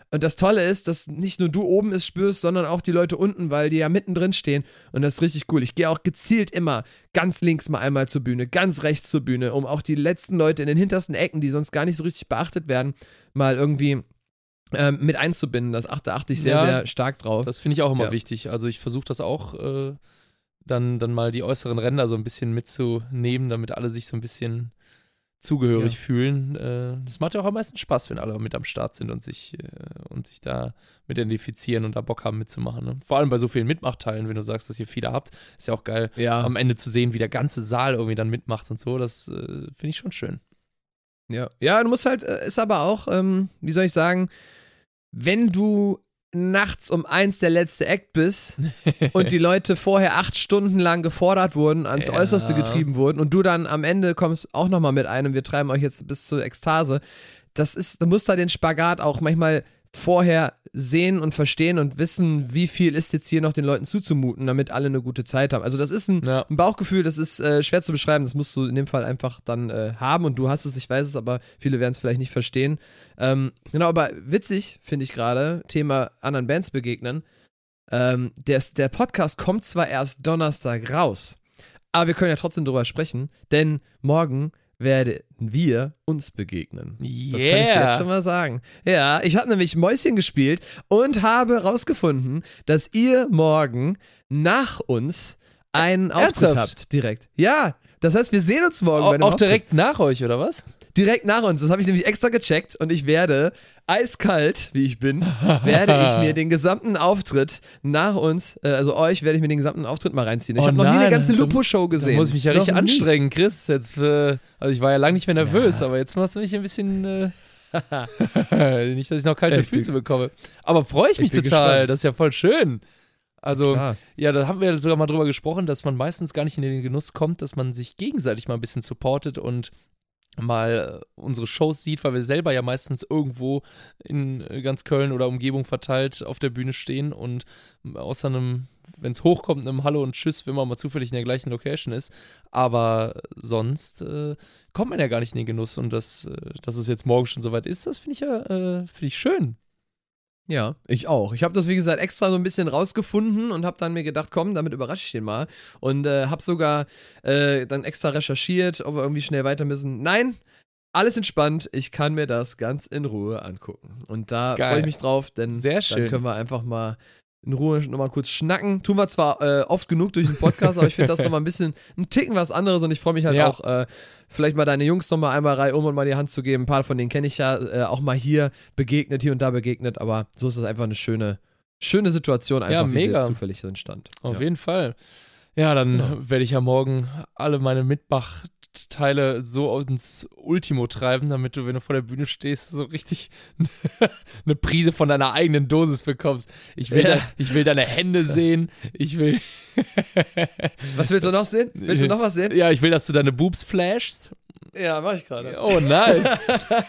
Speaker 1: Und das Tolle ist, dass nicht nur du oben es spürst, sondern auch die Leute unten, weil die ja mittendrin stehen. Und das ist richtig cool. Ich gehe auch gezielt immer ganz links mal einmal zur Bühne, ganz rechts zur Bühne, um auch die letzten Leute in den hintersten Ecken, die sonst gar nicht so richtig beachtet werden, mal irgendwie mit einzubinden. Das achte ich sehr, sehr stark drauf.
Speaker 2: Das finde ich auch immer wichtig. Also ich versuche das auch, dann mal die äußeren Ränder so ein bisschen mitzunehmen, damit alle sich so ein bisschen zugehörig fühlen. Das macht ja auch am meisten Spaß, wenn alle mit am Start sind und sich da mit identifizieren und da Bock haben mitzumachen. Ne? Vor allem bei so vielen Mitmachteilen, wenn du sagst, dass ihr viele habt, ist ja auch geil, am Ende zu sehen, wie der ganze Saal irgendwie dann mitmacht und so. Das finde ich schon schön.
Speaker 1: Ja, du musst halt, ist aber auch, wie soll ich sagen, wenn du nachts um 1 der letzte Act bist und die Leute vorher 8 Stunden lang gefordert wurden, ans Äußerste getrieben wurden und du dann am Ende kommst auch nochmal mit einem, wir treiben euch jetzt bis zur Ekstase, du musst da den Spagat auch manchmal vorher sehen und verstehen und wissen, wie viel ist jetzt hier noch den Leuten zuzumuten, damit alle eine gute Zeit haben. Also das ist ein Bauchgefühl, das ist schwer zu beschreiben, das musst du in dem Fall einfach dann haben und du hast es, ich weiß es, aber viele werden es vielleicht nicht verstehen. Genau, aber witzig finde ich gerade, Thema anderen Bands begegnen, der Podcast kommt zwar erst Donnerstag raus, aber wir können ja trotzdem drüber sprechen, denn morgen werden wir uns begegnen. Das kann ich dir jetzt schon mal sagen. Ja, ich habe nämlich Mäuschen gespielt und habe rausgefunden, dass ihr morgen nach uns einen Auftritt habt, direkt. Ja, das heißt, wir sehen uns morgen bei einem Auftritt.
Speaker 2: Auch direkt nach euch, oder was?
Speaker 1: Direkt nach uns, das habe ich nämlich extra gecheckt und ich werde, eiskalt wie ich bin, werde ich mir den gesamten Auftritt nach uns, also euch werde ich mir den gesamten Auftritt mal reinziehen. Ich habe noch nie eine ganze Lupo-Show gesehen.
Speaker 2: Da muss ich mich ja richtig anstrengen, Chris. Jetzt, also ich war ja lange nicht mehr nervös, aber jetzt machst du mich ein bisschen, nicht, dass ich noch kalte Füße bekomme. Aber freue ich mich total, gespannt. Das ist ja voll schön. Also, da haben wir sogar mal drüber gesprochen, dass man meistens gar nicht in den Genuss kommt, dass man sich gegenseitig mal ein bisschen supportet und mal unsere Shows sieht, weil wir selber ja meistens irgendwo in ganz Köln oder Umgebung verteilt auf der Bühne stehen und außer einem, wenn es hochkommt, einem Hallo und Tschüss, wenn man mal zufällig in der gleichen Location ist, aber sonst kommt man ja gar nicht in den Genuss und dass es jetzt morgen schon soweit ist, das finde ich schön.
Speaker 1: Ja, ich auch. Ich habe das, wie gesagt, extra so ein bisschen rausgefunden und habe dann mir gedacht, komm, damit überrasche ich den mal. Und habe sogar dann extra recherchiert, ob wir irgendwie schnell weiter müssen. Nein, alles entspannt. Ich kann mir das ganz in Ruhe angucken. Und da freue ich mich drauf, denn dann können wir einfach mal in Ruhe nochmal kurz schnacken. Tun wir zwar oft genug durch den Podcast, aber ich finde das nochmal ein Ticken was anderes und ich freue mich halt auch, vielleicht mal deine Jungs nochmal einmal reihum und mal die Hand zu geben. Ein paar von denen kenne ich ja, auch mal hier und da begegnet, aber so ist das einfach eine schöne Situation, einfach wie sie jetzt zufällig so entstand.
Speaker 2: Auf jeden Fall. Ja, dann werde ich ja morgen alle meine Mitmachteile so ins Ultimo treiben, damit du, wenn du vor der Bühne stehst, so richtig eine Prise von deiner eigenen Dosis bekommst. Ich will deine Hände sehen.
Speaker 1: Was willst du noch sehen? Willst du noch was sehen?
Speaker 2: Ja, ich will, dass du deine Boobs flashst.
Speaker 1: Ja, mach ich gerade.
Speaker 2: Oh, nice.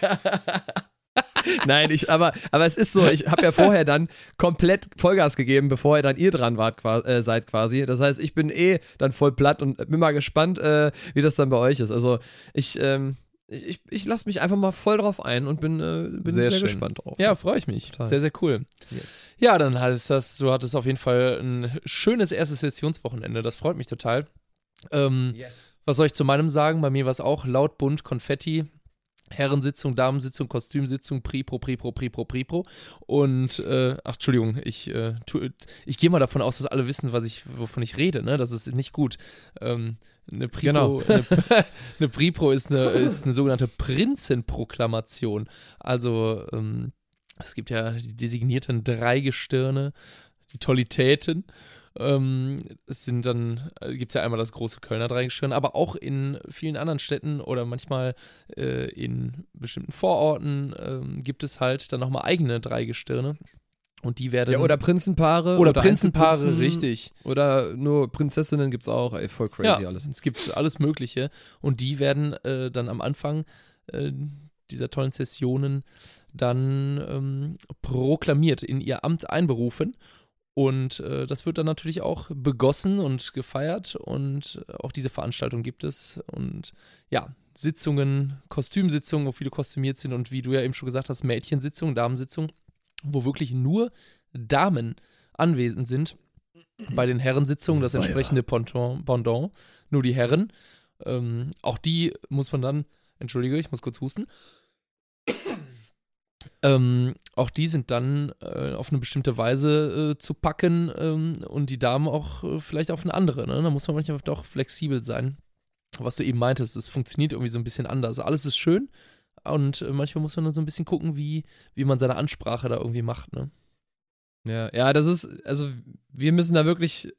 Speaker 1: Nein, aber es ist so, ich habe ja vorher dann komplett Vollgas gegeben, bevor ihr dann dran seid quasi. Das heißt, ich bin dann voll platt und bin mal gespannt, wie das dann bei euch ist. Also ich lasse mich einfach mal voll drauf ein und bin sehr gespannt drauf.
Speaker 2: Ja, freue ich mich. Total. Sehr, sehr cool. Yes. Ja, dann heißt das, du hattest auf jeden Fall ein schönes erstes Sessionswochenende. Das freut mich total. Was soll ich zu meinem sagen? Bei mir war es auch laut, bunt, Konfetti. Herrensitzung, Damensitzung, Kostümsitzung, Pripro. Und, Entschuldigung, ich gehe mal davon aus, dass alle wissen, wovon ich rede, ne? Das ist nicht gut. Eine Pripro, eine Pripro ist eine sogenannte Prinzenproklamation. Also, es gibt ja die designierten Dreigestirne, die Tollitäten. Es sind dann, gibt es ja einmal das große Kölner Dreigestirn, aber auch in vielen anderen Städten oder manchmal in bestimmten Vororten gibt es halt dann nochmal eigene Dreigestirne. Und die werden. Ja,
Speaker 1: oder Prinzenpaare.
Speaker 2: Oder Prinzenpaare, richtig.
Speaker 1: Oder nur Prinzessinnen gibt's auch, ey, voll crazy alles.
Speaker 2: Es gibt alles Mögliche. Und die werden dann am Anfang dieser tollen Sessionen dann proklamiert, in ihr Amt einberufen. Und das wird dann natürlich auch begossen und gefeiert und auch diese Veranstaltung gibt es. Und ja, Sitzungen, Kostümsitzungen, wo viele kostümiert sind und wie du ja eben schon gesagt hast, Mädchensitzungen, Damensitzungen. wo wirklich nur Damen anwesend sind. Bei den Herrensitzungen das entsprechende Pendant, nur die Herren. Auch die muss man dann, entschuldige, ich muss kurz husten. Auch die sind dann auf eine bestimmte Weise zu packen und die Damen auch vielleicht auf eine andere. Ne? Da muss man manchmal doch flexibel sein. Was du eben meintest, es funktioniert irgendwie so ein bisschen anders. Alles ist schön und manchmal muss man dann so ein bisschen gucken, wie man seine Ansprache da irgendwie macht. Ne?
Speaker 1: Ja, das ist, also wir müssen da wirklich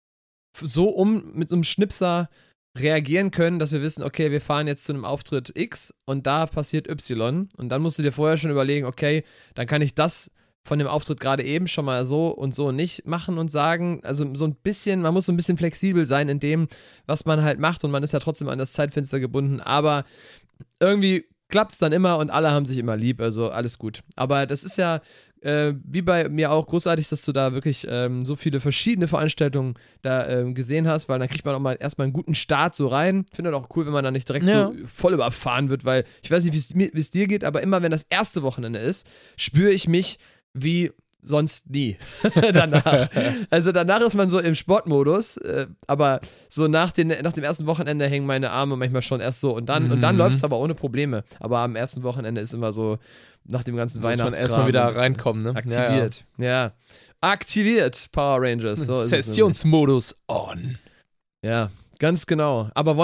Speaker 1: so mit einem Schnipser reagieren können, dass wir wissen, okay, wir fahren jetzt zu einem Auftritt X und da passiert Y und dann musst du dir vorher schon überlegen, okay, dann kann ich das von dem Auftritt gerade eben schon mal so und so nicht machen und sagen, also so ein bisschen, man muss so ein bisschen flexibel sein in dem, was man halt macht und man ist ja trotzdem an das Zeitfenster gebunden, aber irgendwie klappt es dann immer und alle haben sich immer lieb, also alles gut. Aber das ist ja wie bei mir auch großartig, dass du da wirklich so viele verschiedene Veranstaltungen da gesehen hast, weil dann kriegt man auch mal erstmal einen guten Start so rein. Ich finde das auch cool, wenn man da nicht direkt so voll überfahren wird, weil ich weiß nicht, wie es dir geht, aber immer wenn das erste Wochenende ist, spüre ich mich wie sonst nie danach. Also danach ist man so im Sportmodus, aber so nach dem ersten Wochenende hängen meine Arme manchmal schon erst so und dann läuft es aber ohne Probleme. Aber am ersten Wochenende ist immer so, nach dem ganzen Weihnachtskram. Muss man
Speaker 2: erstmal wieder reinkommen, ne?
Speaker 1: Aktiviert, ja. Aktiviert, Power Rangers. So
Speaker 2: Sessionsmodus on.
Speaker 1: Ja, ganz genau. Aber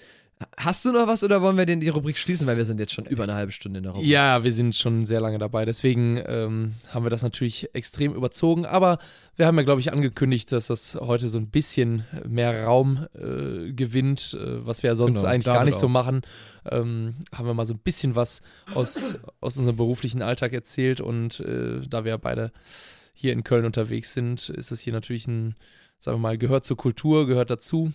Speaker 1: hast du noch was oder wollen wir die Rubrik schließen, weil wir sind jetzt schon über eine halbe Stunde in der Rubrik.
Speaker 2: Ja, wir sind schon sehr lange dabei, deswegen haben wir das natürlich extrem überzogen, aber wir haben ja, glaube ich, angekündigt, dass das heute so ein bisschen mehr Raum gewinnt, was wir ja sonst eigentlich gar nicht so machen. Haben wir mal so ein bisschen was aus unserem beruflichen Alltag erzählt und da wir beide hier in Köln unterwegs sind, ist es hier natürlich sagen wir mal, gehört zur Kultur, gehört dazu.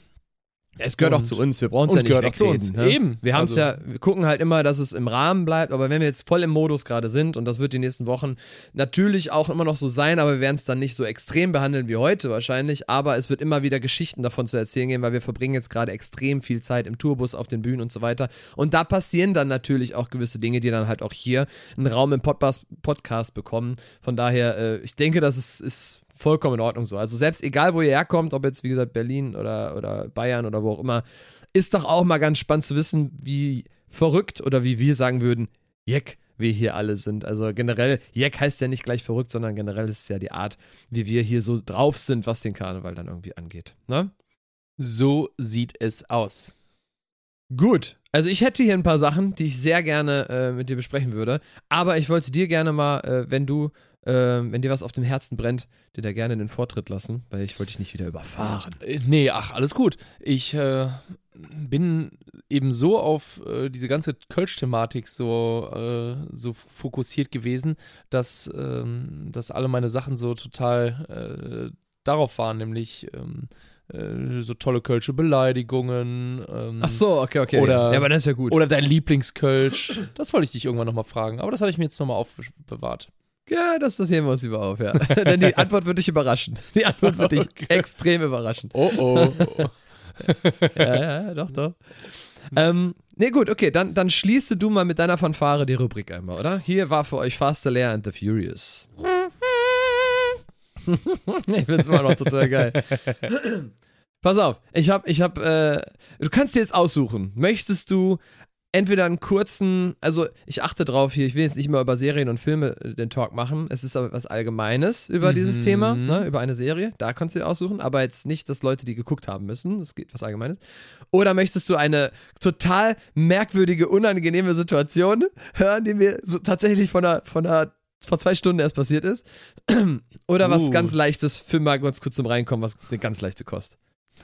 Speaker 1: Es gehört auch zu uns, wir brauchen es ja nicht wegreden. Ne?
Speaker 2: Eben.
Speaker 1: Wir gucken halt immer, dass es im Rahmen bleibt, aber wenn wir jetzt voll im Modus gerade sind und das wird die nächsten Wochen natürlich auch immer noch so sein, aber wir werden es dann nicht so extrem behandeln wie heute wahrscheinlich, aber es wird immer wieder Geschichten davon zu erzählen geben, weil wir verbringen jetzt gerade extrem viel Zeit im Tourbus, auf den Bühnen und so weiter und da passieren dann natürlich auch gewisse Dinge, die dann halt auch hier einen Raum im Podcast bekommen. Von daher, ich denke, das ist vollkommen in Ordnung so. Also selbst egal, wo ihr herkommt, ob jetzt, wie gesagt, Berlin oder Bayern oder wo auch immer, ist doch auch mal ganz spannend zu wissen, wie verrückt oder wie wir sagen würden, Jeck, wir hier alle sind. Also generell, Jeck heißt ja nicht gleich verrückt, sondern generell ist es ja die Art, wie wir hier so drauf sind, was den Karneval dann irgendwie angeht. Ne?
Speaker 2: So sieht es aus.
Speaker 1: Gut, also ich hätte hier ein paar Sachen, die ich sehr gerne mit dir besprechen würde, aber ich wollte dir gerne mal, wenn dir was auf dem Herzen brennt, dir da gerne den Vortritt lassen, weil ich wollte dich nicht wieder überfahren.
Speaker 2: Nee, alles gut. Ich bin eben so auf diese ganze Kölsch-Thematik so fokussiert gewesen, dass alle meine Sachen so total darauf waren, nämlich so tolle kölsche Beleidigungen.
Speaker 1: Ach so, okay.
Speaker 2: Oder,
Speaker 1: ja, aber das ist ja gut.
Speaker 2: Oder dein Lieblingskölsch. Das wollte ich dich irgendwann nochmal fragen, aber das habe ich mir jetzt nochmal aufbewahrt.
Speaker 1: Ja, das heben wir uns lieber auf, ja. Denn die Antwort wird dich überraschen. Die Antwort wird dich extrem überraschen.
Speaker 2: Oh.
Speaker 1: Ja, doch. Nee, gut, okay, dann schließe du mal mit deiner Fanfare die Rubrik einmal, oder? Hier war für euch Fast, the Lair and the Furious. Ich find's immer noch total geil. Pass auf, du kannst dir jetzt aussuchen. Möchtest du entweder einen kurzen, also ich achte drauf hier, ich will jetzt nicht mehr über Serien und Filme den Talk machen, es ist aber was Allgemeines über dieses Thema, ne, über eine Serie, da kannst du dir aussuchen, aber jetzt nicht, dass Leute die geguckt haben müssen, es geht was Allgemeines. Oder möchtest du eine total merkwürdige, unangenehme Situation hören, die mir so tatsächlich vor 2 Stunden erst passiert ist? Oder was ganz Leichtes für mal ganz kurz zum Reinkommen, was eine ganz leichte Kost.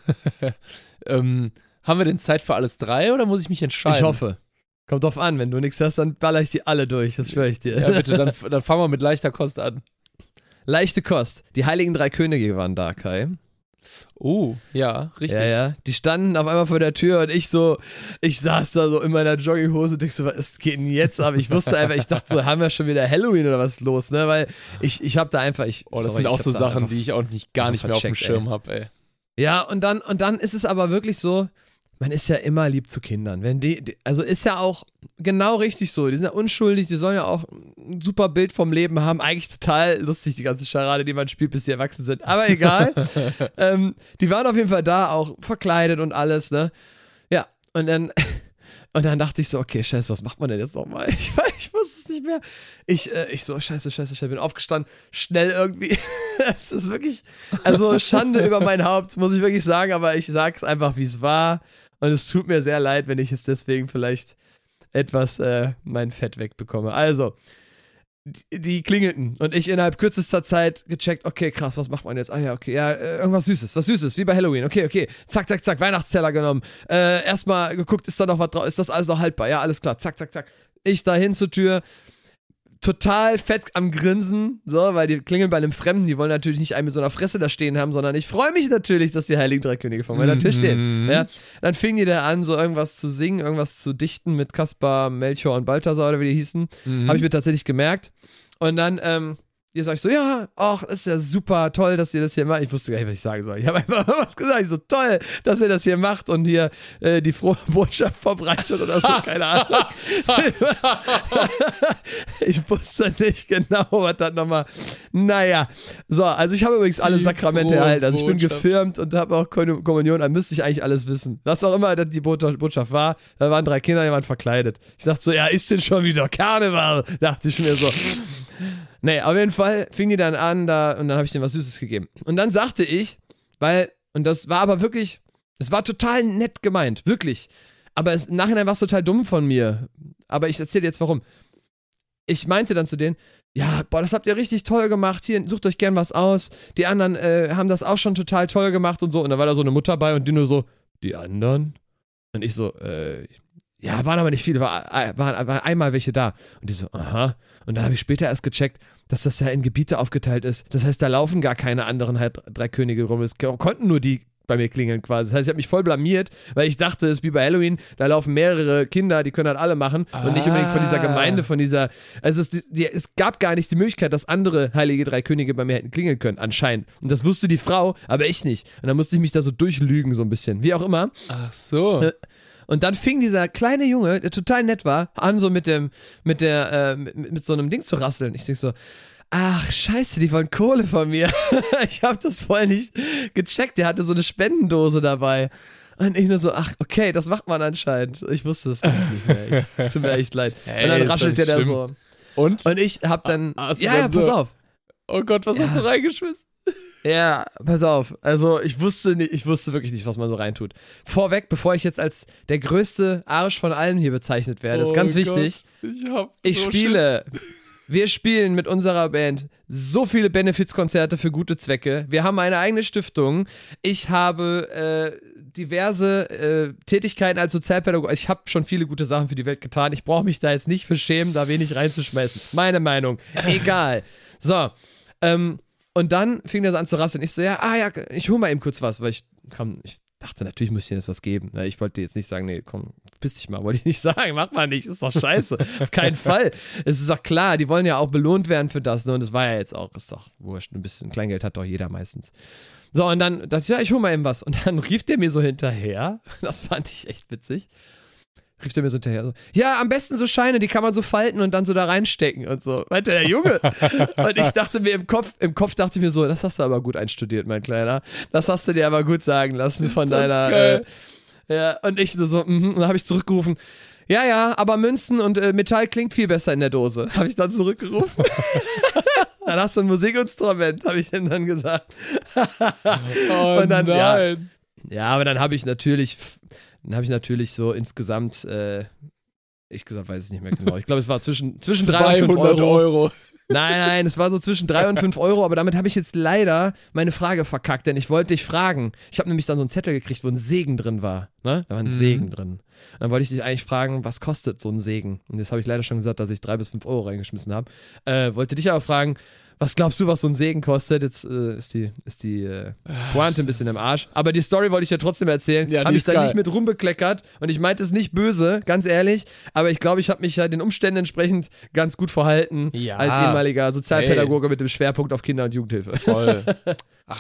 Speaker 2: Haben wir denn Zeit für alles 3 oder muss ich mich entscheiden?
Speaker 1: Ich hoffe. Kommt drauf an, wenn du nichts hast, dann baller ich die alle durch, das schwöre ich dir.
Speaker 2: Ja, bitte, dann fangen wir mit leichter Kost an.
Speaker 1: Leichte Kost. Die Heiligen 3 Könige waren da, Kai.
Speaker 2: Ja, richtig.
Speaker 1: Ja. Die standen auf einmal vor der Tür und ich saß da so in meiner Jogginghose und dachte so, was geht denn jetzt ab? Ich wusste einfach, ich dachte so, haben wir schon wieder Halloween oder was los, ne? Weil ich habe da einfach,
Speaker 2: das sind auch so Sachen, die ich auch gar nicht mehr auf dem Schirm habe, ey.
Speaker 1: Ja, und dann ist es aber wirklich so, man ist ja immer lieb zu Kindern. Wenn also ist ja auch genau richtig so. Die sind ja unschuldig, die sollen ja auch ein super Bild vom Leben haben. Eigentlich total lustig, die ganze Scharade, die man spielt, bis sie erwachsen sind. Aber egal. Die waren auf jeden Fall da, auch verkleidet und alles, ne? Ja, und dann dachte ich so, okay, scheiße, was macht man denn jetzt nochmal? Ich wusste es nicht mehr. Ich so, scheiße, bin aufgestanden, schnell irgendwie. Es ist wirklich, also Schande über mein Haupt, muss ich wirklich sagen, aber ich sag's einfach, wie es war. Und es tut mir sehr leid, wenn ich es deswegen vielleicht etwas mein Fett wegbekomme. Also, die klingelten und ich innerhalb kürzester Zeit gecheckt, okay, krass, was macht man jetzt? Ah ja, okay, ja, irgendwas Süßes, wie bei Halloween. Okay, zack, Weihnachtsteller genommen. Erstmal geguckt, ist da noch was drauf, ist das alles noch haltbar? Ja, alles klar, zack. Ich dahin zur Tür, total fett am Grinsen, so, weil die klingeln bei einem Fremden, die wollen natürlich nicht einen mit so einer Fresse da stehen haben, sondern ich freue mich natürlich, dass die Heiligen Drei Könige vor meiner Tür stehen. Ja? Dann fingen die da an, so irgendwas zu singen, irgendwas zu dichten mit Kaspar, Melchior und Balthasar oder wie die hießen. Habe ich mir tatsächlich gemerkt. Und dann, ihr sagt so, ja, ach, ist ja super toll, dass ihr das hier macht. Ich wusste gar nicht, was ich sagen soll. Ich habe einfach was gesagt, ich so, toll, dass ihr das hier macht und hier die frohe Botschaft verbreitet oder so, keine Ahnung. Ich wusste nicht genau, was das nochmal, naja. So, also ich habe übrigens alle Sakramente erhalten. Also ich bin gefirmt und habe auch Kommunion, dann müsste ich eigentlich alles wissen. Was auch immer die Botschaft war, da waren 3 Kinder, die waren verkleidet. Ich dachte so, ja, ist denn schon wieder Karneval? Dachte ich mir so. Nee, auf jeden Fall fing die dann an, und dann habe ich denen was Süßes gegeben. Und dann sagte ich, und das war aber wirklich, es war total nett gemeint, wirklich. Aber im Nachhinein war es total dumm von mir. Aber ich erzähle jetzt warum. Ich meinte dann zu denen, ja, boah, das habt ihr richtig toll gemacht, hier, sucht euch gern was aus. Die anderen haben das auch schon total toll gemacht und so. Und da war da so eine Mutter bei und die nur so, die anderen? Und ich so, ja, waren aber nicht viele, waren einmal welche da. Und die so, aha. Und dann habe ich später erst gecheckt, dass das ja in Gebiete aufgeteilt ist. Das heißt, da laufen gar keine anderen 3 Könige rum. Es konnten nur die bei mir klingeln quasi. Das heißt, ich habe mich voll blamiert, weil ich dachte, es ist wie bei Halloween, da laufen mehrere Kinder, die können halt alle machen und nicht unbedingt von dieser Gemeinde, also es gab gar nicht die Möglichkeit, dass andere heilige 3 Könige bei mir hätten klingeln können, anscheinend. Und das wusste die Frau, aber ich nicht. Und dann musste ich mich da so durchlügen so ein bisschen. Wie auch immer.
Speaker 2: Ach so.
Speaker 1: Und dann fing dieser kleine Junge, der total nett war, an so mit so einem Ding zu rasseln. Ich denk so, ach scheiße, die wollen Kohle von mir. Ich hab das voll nicht gecheckt. Der hatte so eine Spendendose dabei. Und ich nur so, ach okay, das macht man anscheinend. Ich wusste das nicht mehr. Es tut mir echt leid.
Speaker 2: Hey,
Speaker 1: und dann raschelt der da so.
Speaker 2: Und
Speaker 1: ich hab dann,
Speaker 2: ja,
Speaker 1: pass auf.
Speaker 2: Oh Gott, was hast du reingeschmissen?
Speaker 1: Ja, pass auf. Also ich wusste wirklich nicht, was man so reintut. Vorweg, bevor ich jetzt als der größte Arsch von allen hier bezeichnet werde, ist ganz wichtig. Wir spielen mit unserer Band so viele Benefizkonzerte für gute Zwecke. Wir haben eine eigene Stiftung. Ich habe diverse Tätigkeiten als Sozialpädagoge. Ich habe schon viele gute Sachen für die Welt getan. Ich brauche mich da jetzt nicht für schämen, da wenig reinzuschmeißen. Meine Meinung. Egal. So, und dann fing der so an zu rasseln. Ich so, ja, ich hol mal eben kurz was, weil ich dachte, natürlich müsste ich dir jetzt was geben. Ich wollte dir jetzt nicht sagen, nee, komm, piss dich mal. Wollte ich nicht sagen, mach mal nicht, ist doch scheiße. Auf keinen Fall. Es ist doch klar, die wollen ja auch belohnt werden für das. Ne? Und das war ja jetzt auch, ist doch wurscht. Ein bisschen Kleingeld hat doch jeder meistens. So, und dann dachte ich, ja, ich hol mal eben was. Und dann rief der mir so hinterher, das fand ich echt witzig, rief der mir so hinterher so, ja, am besten so Scheine, die kann man so falten und dann so da reinstecken und so. Meinte der Junge. Und ich dachte mir im Kopf dachte ich mir so, das hast du aber gut einstudiert, mein Kleiner. Das hast du dir aber gut sagen lassen von deiner, ja, und ich so, und dann habe ich zurückgerufen, ja, aber Münzen und Metall klingt viel besser in der Dose. Habe ich dann zurückgerufen. Dann hast du ein Musikinstrument, habe ich ihm dann gesagt.
Speaker 2: Und dann, nein.
Speaker 1: Ja, aber dann habe ich natürlich so insgesamt, ich gesagt, weiß es nicht mehr genau. Ich glaube, es war zwischen 3 und 5 Euro. Nein, es war so zwischen 3 und 5 Euro, aber damit habe ich jetzt leider meine Frage verkackt, denn ich wollte dich fragen. Ich habe nämlich dann so einen Zettel gekriegt, wo ein Segen drin war. Ne? Da war ein Segen drin. Und dann wollte ich dich eigentlich fragen, was kostet so ein Segen? Und jetzt habe ich leider schon gesagt, dass ich 3 bis 5 Euro reingeschmissen habe. Wollte dich aber fragen, was glaubst du, was so ein Segen kostet? Jetzt ist die Pointe ein bisschen im Arsch. Aber die Story wollte ich ja trotzdem erzählen. Ja, habe ich da nicht mit rumbekleckert. Und ich meinte es nicht böse, ganz ehrlich. Aber ich glaube, ich habe mich ja den Umständen entsprechend ganz gut verhalten. Ja. Als ehemaliger Sozialpädagoge mit dem Schwerpunkt auf Kinder- und Jugendhilfe.
Speaker 2: Voll. Ach,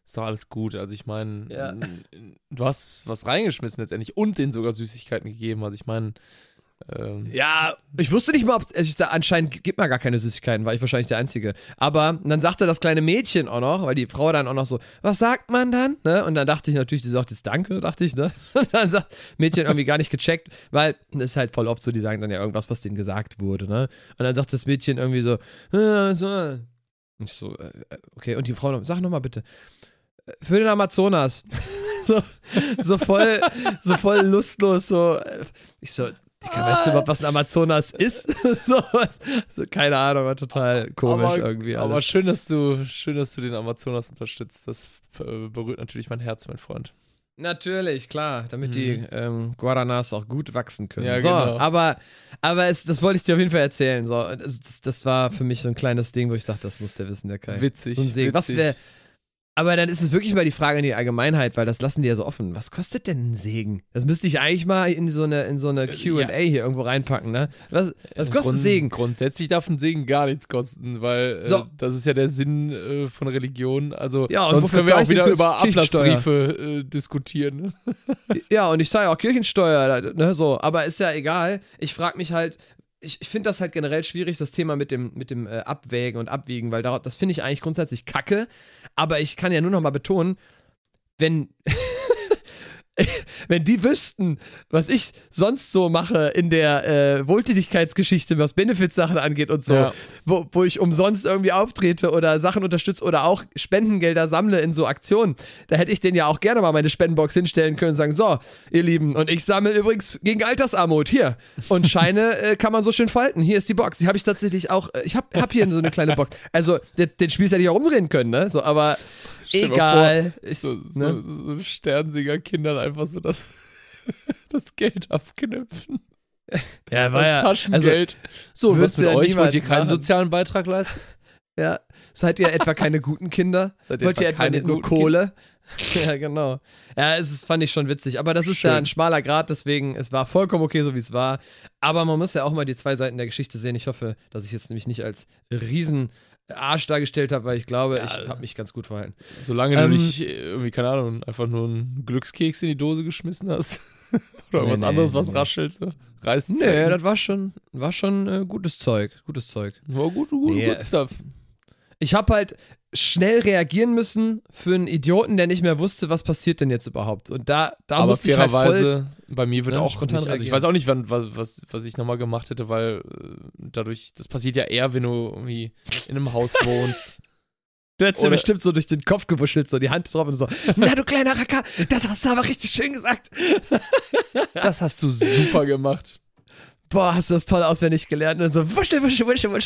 Speaker 2: ist doch alles gut. Also ich meine, du hast was reingeschmissen letztendlich und denen sogar Süßigkeiten gegeben. Also ich meine,
Speaker 1: ja, ich wusste nicht mal, ob es da anscheinend gibt man gar keine Süßigkeiten, war ich wahrscheinlich der Einzige. Aber dann sagte das kleine Mädchen auch noch, weil die Frau dann auch noch so, was sagt man dann? Ne? Und dann dachte ich natürlich, die sagt jetzt Danke, dachte ich, ne? Und dann sagt Mädchen irgendwie gar nicht gecheckt, weil das ist halt voll oft so, die sagen dann ja irgendwas, was denen gesagt wurde, ne? Und dann sagt das Mädchen irgendwie so, ich so, okay, und die Frau, sag nochmal bitte, für den Amazonas. so voll lustlos, so, ich so, weißt du überhaupt, was ein Amazonas ist? so, keine Ahnung, war total komisch irgendwie. Alles.
Speaker 2: Aber schön, dass du den Amazonas unterstützt. Das berührt natürlich mein Herz, mein Freund.
Speaker 1: Natürlich, klar, damit die Guaranas auch gut wachsen können.
Speaker 2: Ja,
Speaker 1: so,
Speaker 2: genau.
Speaker 1: aber das wollte ich dir auf jeden Fall erzählen. So, das war für mich so ein kleines Ding, wo ich dachte, das muss der wissen, der Kai.
Speaker 2: Witzig.
Speaker 1: So ein Segen.
Speaker 2: Witzig.
Speaker 1: Aber dann ist es wirklich mal die Frage in die Allgemeinheit, weil das lassen die ja so offen. Was kostet denn ein Segen? Das müsste ich eigentlich mal in so eine Q&A hier irgendwo reinpacken, ne? Was kostet ein Segen?
Speaker 2: Grundsätzlich darf ein Segen gar nichts kosten, weil das ist ja der Sinn von Religion. Also
Speaker 1: ja,
Speaker 2: sonst können wir auch wieder über Ablassbriefe diskutieren.
Speaker 1: Ja, und ich zahle auch Kirchensteuer, ne, so. Aber ist ja egal. Ich frage mich halt, ich finde das halt generell schwierig, das Thema mit dem Abwägen und Abwiegen, weil das finde ich eigentlich grundsätzlich kacke. Aber ich kann ja nur noch mal betonen, wenn die wüssten, was ich sonst so mache in der Wohltätigkeitsgeschichte, was Benefits-Sachen angeht und so, wo ich umsonst irgendwie auftrete oder Sachen unterstütze oder auch Spendengelder sammle in so Aktionen, da hätte ich denen ja auch gerne mal meine Spendenbox hinstellen können und sagen, so, ihr Lieben, und ich sammle übrigens gegen Altersarmut, hier. Und Scheine kann man so schön falten, hier ist die Box. Die habe ich tatsächlich auch, ich hab hier so eine kleine Box. Also, den Spieß hätte ich auch umdrehen können, ne? So, aber egal.
Speaker 2: So Sternsinger-Kindern einfach so das Geld abknüpfen.
Speaker 1: Ja, war
Speaker 2: das Taschengeld.
Speaker 1: Also,
Speaker 2: so, was mit euch? Wollt ihr keinen sozialen Beitrag leisten?
Speaker 1: Ja, seid ihr etwa keine guten Kinder? Wollt ihr etwa nicht nur Kohle? Ja, genau. Ja, fand ich schon witzig. Aber das ist ja ein schmaler Grat, deswegen, es war vollkommen okay, so wie es war. Aber man muss ja auch mal die zwei Seiten der Geschichte sehen. Ich hoffe, dass ich jetzt nämlich nicht als riesen Arsch dargestellt habe, weil ich glaube, ich habe mich ganz gut verhalten.
Speaker 2: Solange du nicht irgendwie, keine Ahnung, einfach nur einen Glückskeks in die Dose geschmissen hast. Oder was anderes, was raschelt. So. Reißt
Speaker 1: nee, das war schon gutes Zeug.
Speaker 2: War gut Stuff.
Speaker 1: Ich habe halt schnell reagieren müssen für einen Idioten, der nicht mehr wusste, was passiert denn jetzt überhaupt. Und da musste ich halt voll,
Speaker 2: bei mir wird auch
Speaker 1: spontan
Speaker 2: nicht, also ich weiß auch nicht, was ich nochmal gemacht hätte, weil dadurch, das passiert ja eher, wenn du irgendwie in einem Haus wohnst.
Speaker 1: Du hättest ja bestimmt so durch den Kopf gewuschelt, so die Hand drauf und so, na du kleiner Racker, das hast du aber richtig schön gesagt.
Speaker 2: Das hast du super gemacht.
Speaker 1: Boah, hast du das toll auswendig gelernt? Und so, wuschel. Und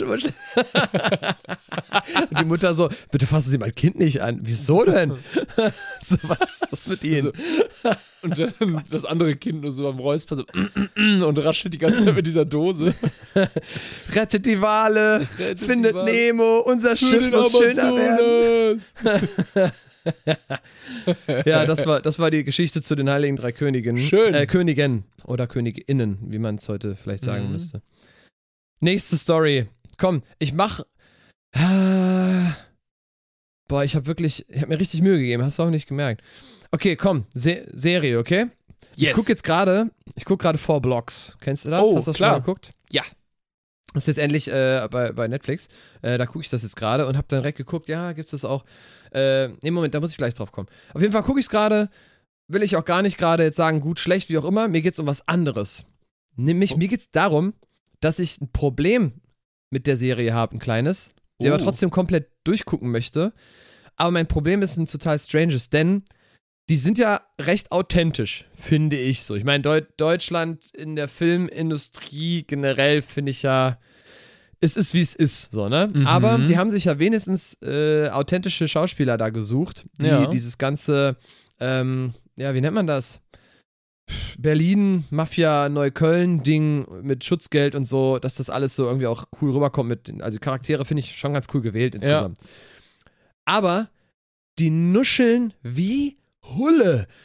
Speaker 1: die Mutter so, bitte fassen Sie mein Kind nicht an. Wieso denn? So, was mit Ihnen?
Speaker 2: So. Und dann das andere Kind nur so am Räusper so und raschelt die ganze Zeit mit dieser Dose.
Speaker 1: Rettet die Wale, findet Nemo, unser Schiff muss schöner werden. Ja, das war die Geschichte zu den Heiligen Drei Königen.
Speaker 2: Schön.
Speaker 1: Königen oder Königinnen, wie man es heute vielleicht sagen müsste. Nächste Story. Komm, ich mach. Boah, ich habe mir richtig Mühe gegeben, hast du auch nicht gemerkt. Okay, komm, Serie, okay?
Speaker 2: Yes.
Speaker 1: Ich gucke gerade 4 Blocks. Kennst du das?
Speaker 2: Oh,
Speaker 1: hast du das
Speaker 2: klar.
Speaker 1: schon mal geguckt?
Speaker 2: Ja.
Speaker 1: Das ist jetzt endlich bei Netflix. Da gucke ich das jetzt gerade und habe dann direkt geguckt, ja, gibt's das auch. Moment, da muss ich gleich drauf kommen. Auf jeden Fall gucke ich es gerade. Will ich auch gar nicht gerade jetzt sagen, gut, schlecht, wie auch immer. Mir geht's um was anderes. Nämlich, mir geht's darum, dass ich ein Problem mit der Serie habe, ein kleines. Sie aber trotzdem komplett durchgucken möchte. Aber mein Problem ist ein total stranges, denn die sind ja recht authentisch, finde ich so. Ich meine, Deutschland in der Filmindustrie generell finde ich ja, es ist wie es ist, so, ne?
Speaker 2: Mhm.
Speaker 1: Aber die haben sich ja wenigstens authentische Schauspieler da gesucht, die dieses ganze, wie nennt man das? Berlin, Mafia, Neukölln-Ding mit Schutzgeld und so, dass das alles so irgendwie auch cool rüberkommt. Also Charaktere finde ich schon ganz cool gewählt insgesamt. Ja. Aber die nuscheln wie Hulle.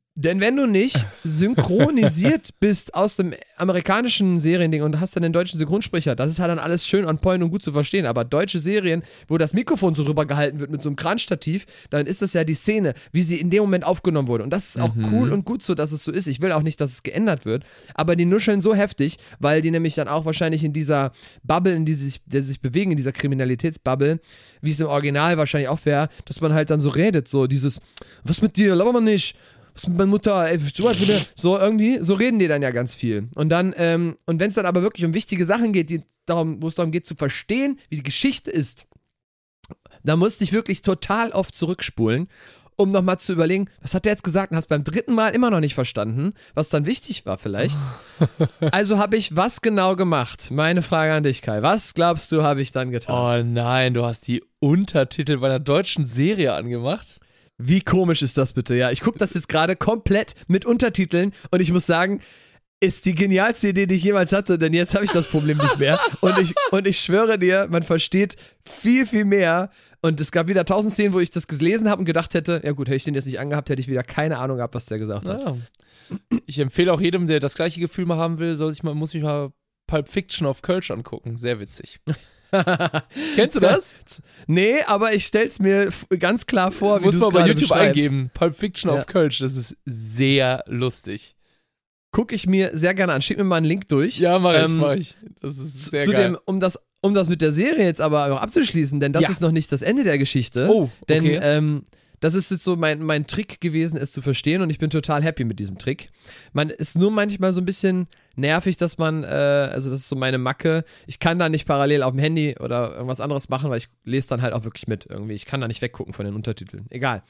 Speaker 1: Denn wenn du nicht synchronisiert bist aus dem amerikanischen Seriending und hast dann den deutschen Synchronsprecher, das ist halt dann alles schön on point und gut zu verstehen. Aber deutsche Serien, wo das Mikrofon so rübergehalten wird mit so einem Kranstativ, dann ist das ja die Szene, wie sie in dem Moment aufgenommen wurde. Und das ist auch cool und gut so, dass es so ist. Ich will auch nicht, dass es geändert wird. Aber die nuscheln so heftig, weil die nämlich dann auch wahrscheinlich in dieser Bubble, in der sie sich bewegen, in dieser Kriminalitätsbubble, wie es im Original wahrscheinlich auch wäre, dass man halt dann so redet, so dieses, was mit dir, laber mal nicht. Was mit meiner Mutter, ey, so irgendwie, so reden die dann ja ganz viel. Und dann, und wenn es dann aber wirklich um wichtige Sachen geht, wo es darum geht zu verstehen, wie die Geschichte ist, da musste ich wirklich total oft zurückspulen, um nochmal zu überlegen, was hat der jetzt gesagt und hast beim 3. Mal immer noch nicht verstanden, was dann wichtig war vielleicht. Also habe ich was genau gemacht? Meine Frage an dich, Kai. Was glaubst du, habe ich dann getan?
Speaker 2: Oh nein, du hast die Untertitel bei einer deutschen Serie angemacht.
Speaker 1: Wie komisch ist das bitte? Ja, ich gucke das jetzt gerade komplett mit Untertiteln und ich muss sagen, ist die genialste Idee, die ich jemals hatte, denn jetzt habe ich das Problem nicht mehr. Und ich schwöre dir, man versteht viel, viel mehr. Und es gab wieder 1000 Szenen, wo ich das gelesen habe und gedacht hätte, ja gut, hätte ich den jetzt nicht angehabt, hätte ich wieder keine Ahnung gehabt, was der gesagt hat.
Speaker 2: Ja. Ich empfehle auch jedem, der das gleiche Gefühl mal haben will, muss mich mal Pulp Fiction auf Kölsch angucken. Sehr witzig. Kennst du das?
Speaker 1: Nee, aber ich stell's mir ganz klar vor, wie du es
Speaker 2: gerade
Speaker 1: bei
Speaker 2: YouTube
Speaker 1: beschreibst.
Speaker 2: eingeben. Pulp Fiction auf Kölsch, das ist sehr lustig.
Speaker 1: Gucke ich mir sehr gerne an. Schick mir mal einen Link durch.
Speaker 2: Ja, mach ich. Das ist sehr geil.
Speaker 1: Um das mit der Serie jetzt aber auch abzuschließen, denn das ist noch nicht das Ende der Geschichte.
Speaker 2: Oh, okay.
Speaker 1: Denn das ist jetzt so mein Trick gewesen, es zu verstehen und ich bin total happy mit diesem Trick. Man ist nur manchmal so ein bisschen nervig, dass man, also das ist so meine Macke, ich kann da nicht parallel auf dem Handy oder irgendwas anderes machen, weil ich lese dann halt auch wirklich mit irgendwie. Ich kann da nicht weggucken von den Untertiteln. Egal.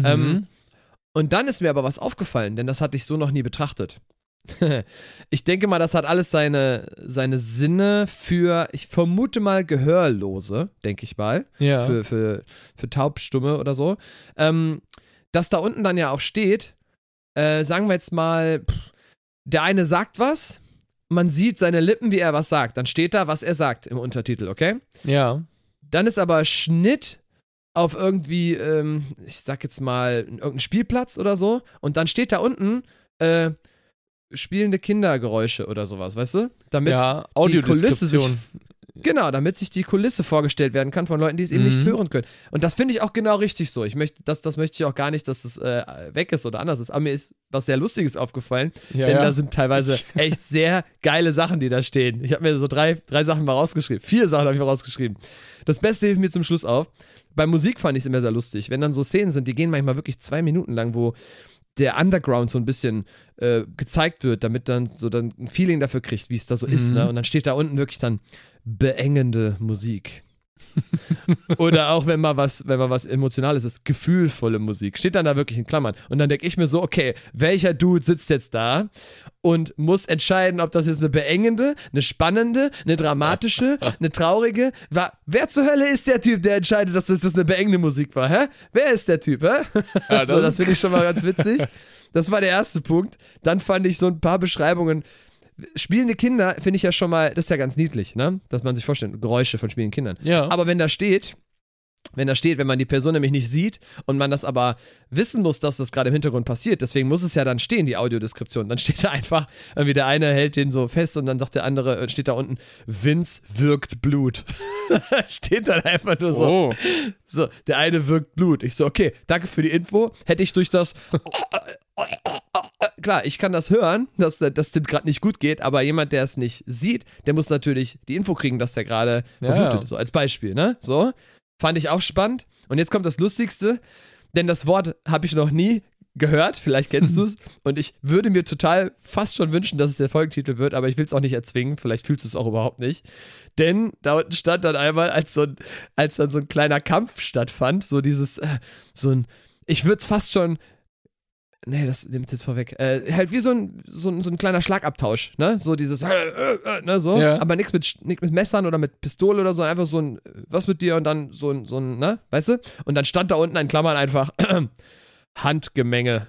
Speaker 1: Und dann ist mir aber was aufgefallen, denn das hatte ich so noch nie betrachtet. Ich denke mal, das hat alles seine Sinne für, ich vermute mal, Gehörlose, denke ich mal.
Speaker 2: Ja.
Speaker 1: Für Taubstumme oder so. Dass da unten dann ja auch steht, sagen wir jetzt mal, der eine sagt was, man sieht seine Lippen, wie er was sagt. Dann steht da, was er sagt im Untertitel, okay?
Speaker 2: Ja.
Speaker 1: Dann ist aber Schnitt auf irgendwie, ich sag jetzt mal, irgendeinen Spielplatz oder so. Und dann steht da unten, spielende Kindergeräusche oder sowas, weißt du? Damit
Speaker 2: Audiodeskription.
Speaker 1: Damit sich die Kulisse vorgestellt werden kann von Leuten, die es eben nicht hören können. Und das finde ich auch genau richtig so. Das möchte ich auch gar nicht, dass es weg ist oder anders ist. Aber mir ist was sehr Lustiges aufgefallen, denn da sind teilweise echt sehr geile Sachen, die da stehen. Ich habe mir so drei Sachen mal rausgeschrieben. 4 Sachen habe ich mal rausgeschrieben. Das Beste hilft mir zum Schluss auf. Bei Musik fand ich es immer sehr lustig. Wenn dann so Szenen sind, die gehen manchmal wirklich 2 Minuten lang, wo der Underground so ein bisschen gezeigt wird, damit dann so dann ein Feeling dafür kriegt, wie es da so ist. Ne? Und dann steht da unten wirklich dann beengende Musik. Oder auch wenn mal was Emotionales ist, gefühlvolle Musik. Steht dann da wirklich in Klammern. Und dann denke ich mir so, okay, welcher Dude sitzt jetzt da und muss entscheiden, ob das jetzt eine beengende, eine spannende, eine dramatische, eine traurige. Wer zur Hölle ist der Typ, der entscheidet, dass das eine beengende Musik war? Hä? Wer ist der Typ? Hä? Ja, das finde ich schon mal ganz witzig. Das war der erste Punkt. Dann fand ich so ein paar Beschreibungen. Spielende Kinder finde ich ja schon mal, das ist ja ganz niedlich, ne? Dass man sich vorstellt, Geräusche von spielenden Kindern.
Speaker 2: Ja.
Speaker 1: Aber wenn man die Person nämlich nicht sieht und man das aber wissen muss, dass das gerade im Hintergrund passiert, deswegen muss es ja dann stehen, die Audiodeskription. Dann steht da einfach, irgendwie der eine hält den so fest und dann sagt der andere, steht da unten, Vince wirkt Blut. Steht dann einfach nur so.
Speaker 2: Oh.
Speaker 1: So, der eine wirkt Blut. Ich so, okay, danke für die Info. Hätte ich durch das klar, ich kann das hören, dass das dem gerade nicht gut geht, aber jemand, der es nicht sieht, der muss natürlich die Info kriegen, dass der gerade verblutet ist, so als Beispiel, ne? So, fand ich auch spannend. Und jetzt kommt das Lustigste, denn das Wort habe ich noch nie gehört, vielleicht kennst du es, und ich würde mir total fast schon wünschen, dass es der Folgentitel wird, aber ich will es auch nicht erzwingen, vielleicht fühlst du es auch überhaupt nicht, denn da unten stand dann einmal, als dann so ein kleiner Kampf stattfand, so dieses, ich würde es fast schon, nee, das nimmt jetzt vorweg. Halt wie so ein kleiner Schlagabtausch, ne? So dieses, ne, so. Ja. Aber nichts mit Messern oder mit Pistole oder so, einfach so ein, was mit dir und dann so ein, ne? Weißt du? Und dann stand da unten in Klammern einfach Handgemenge.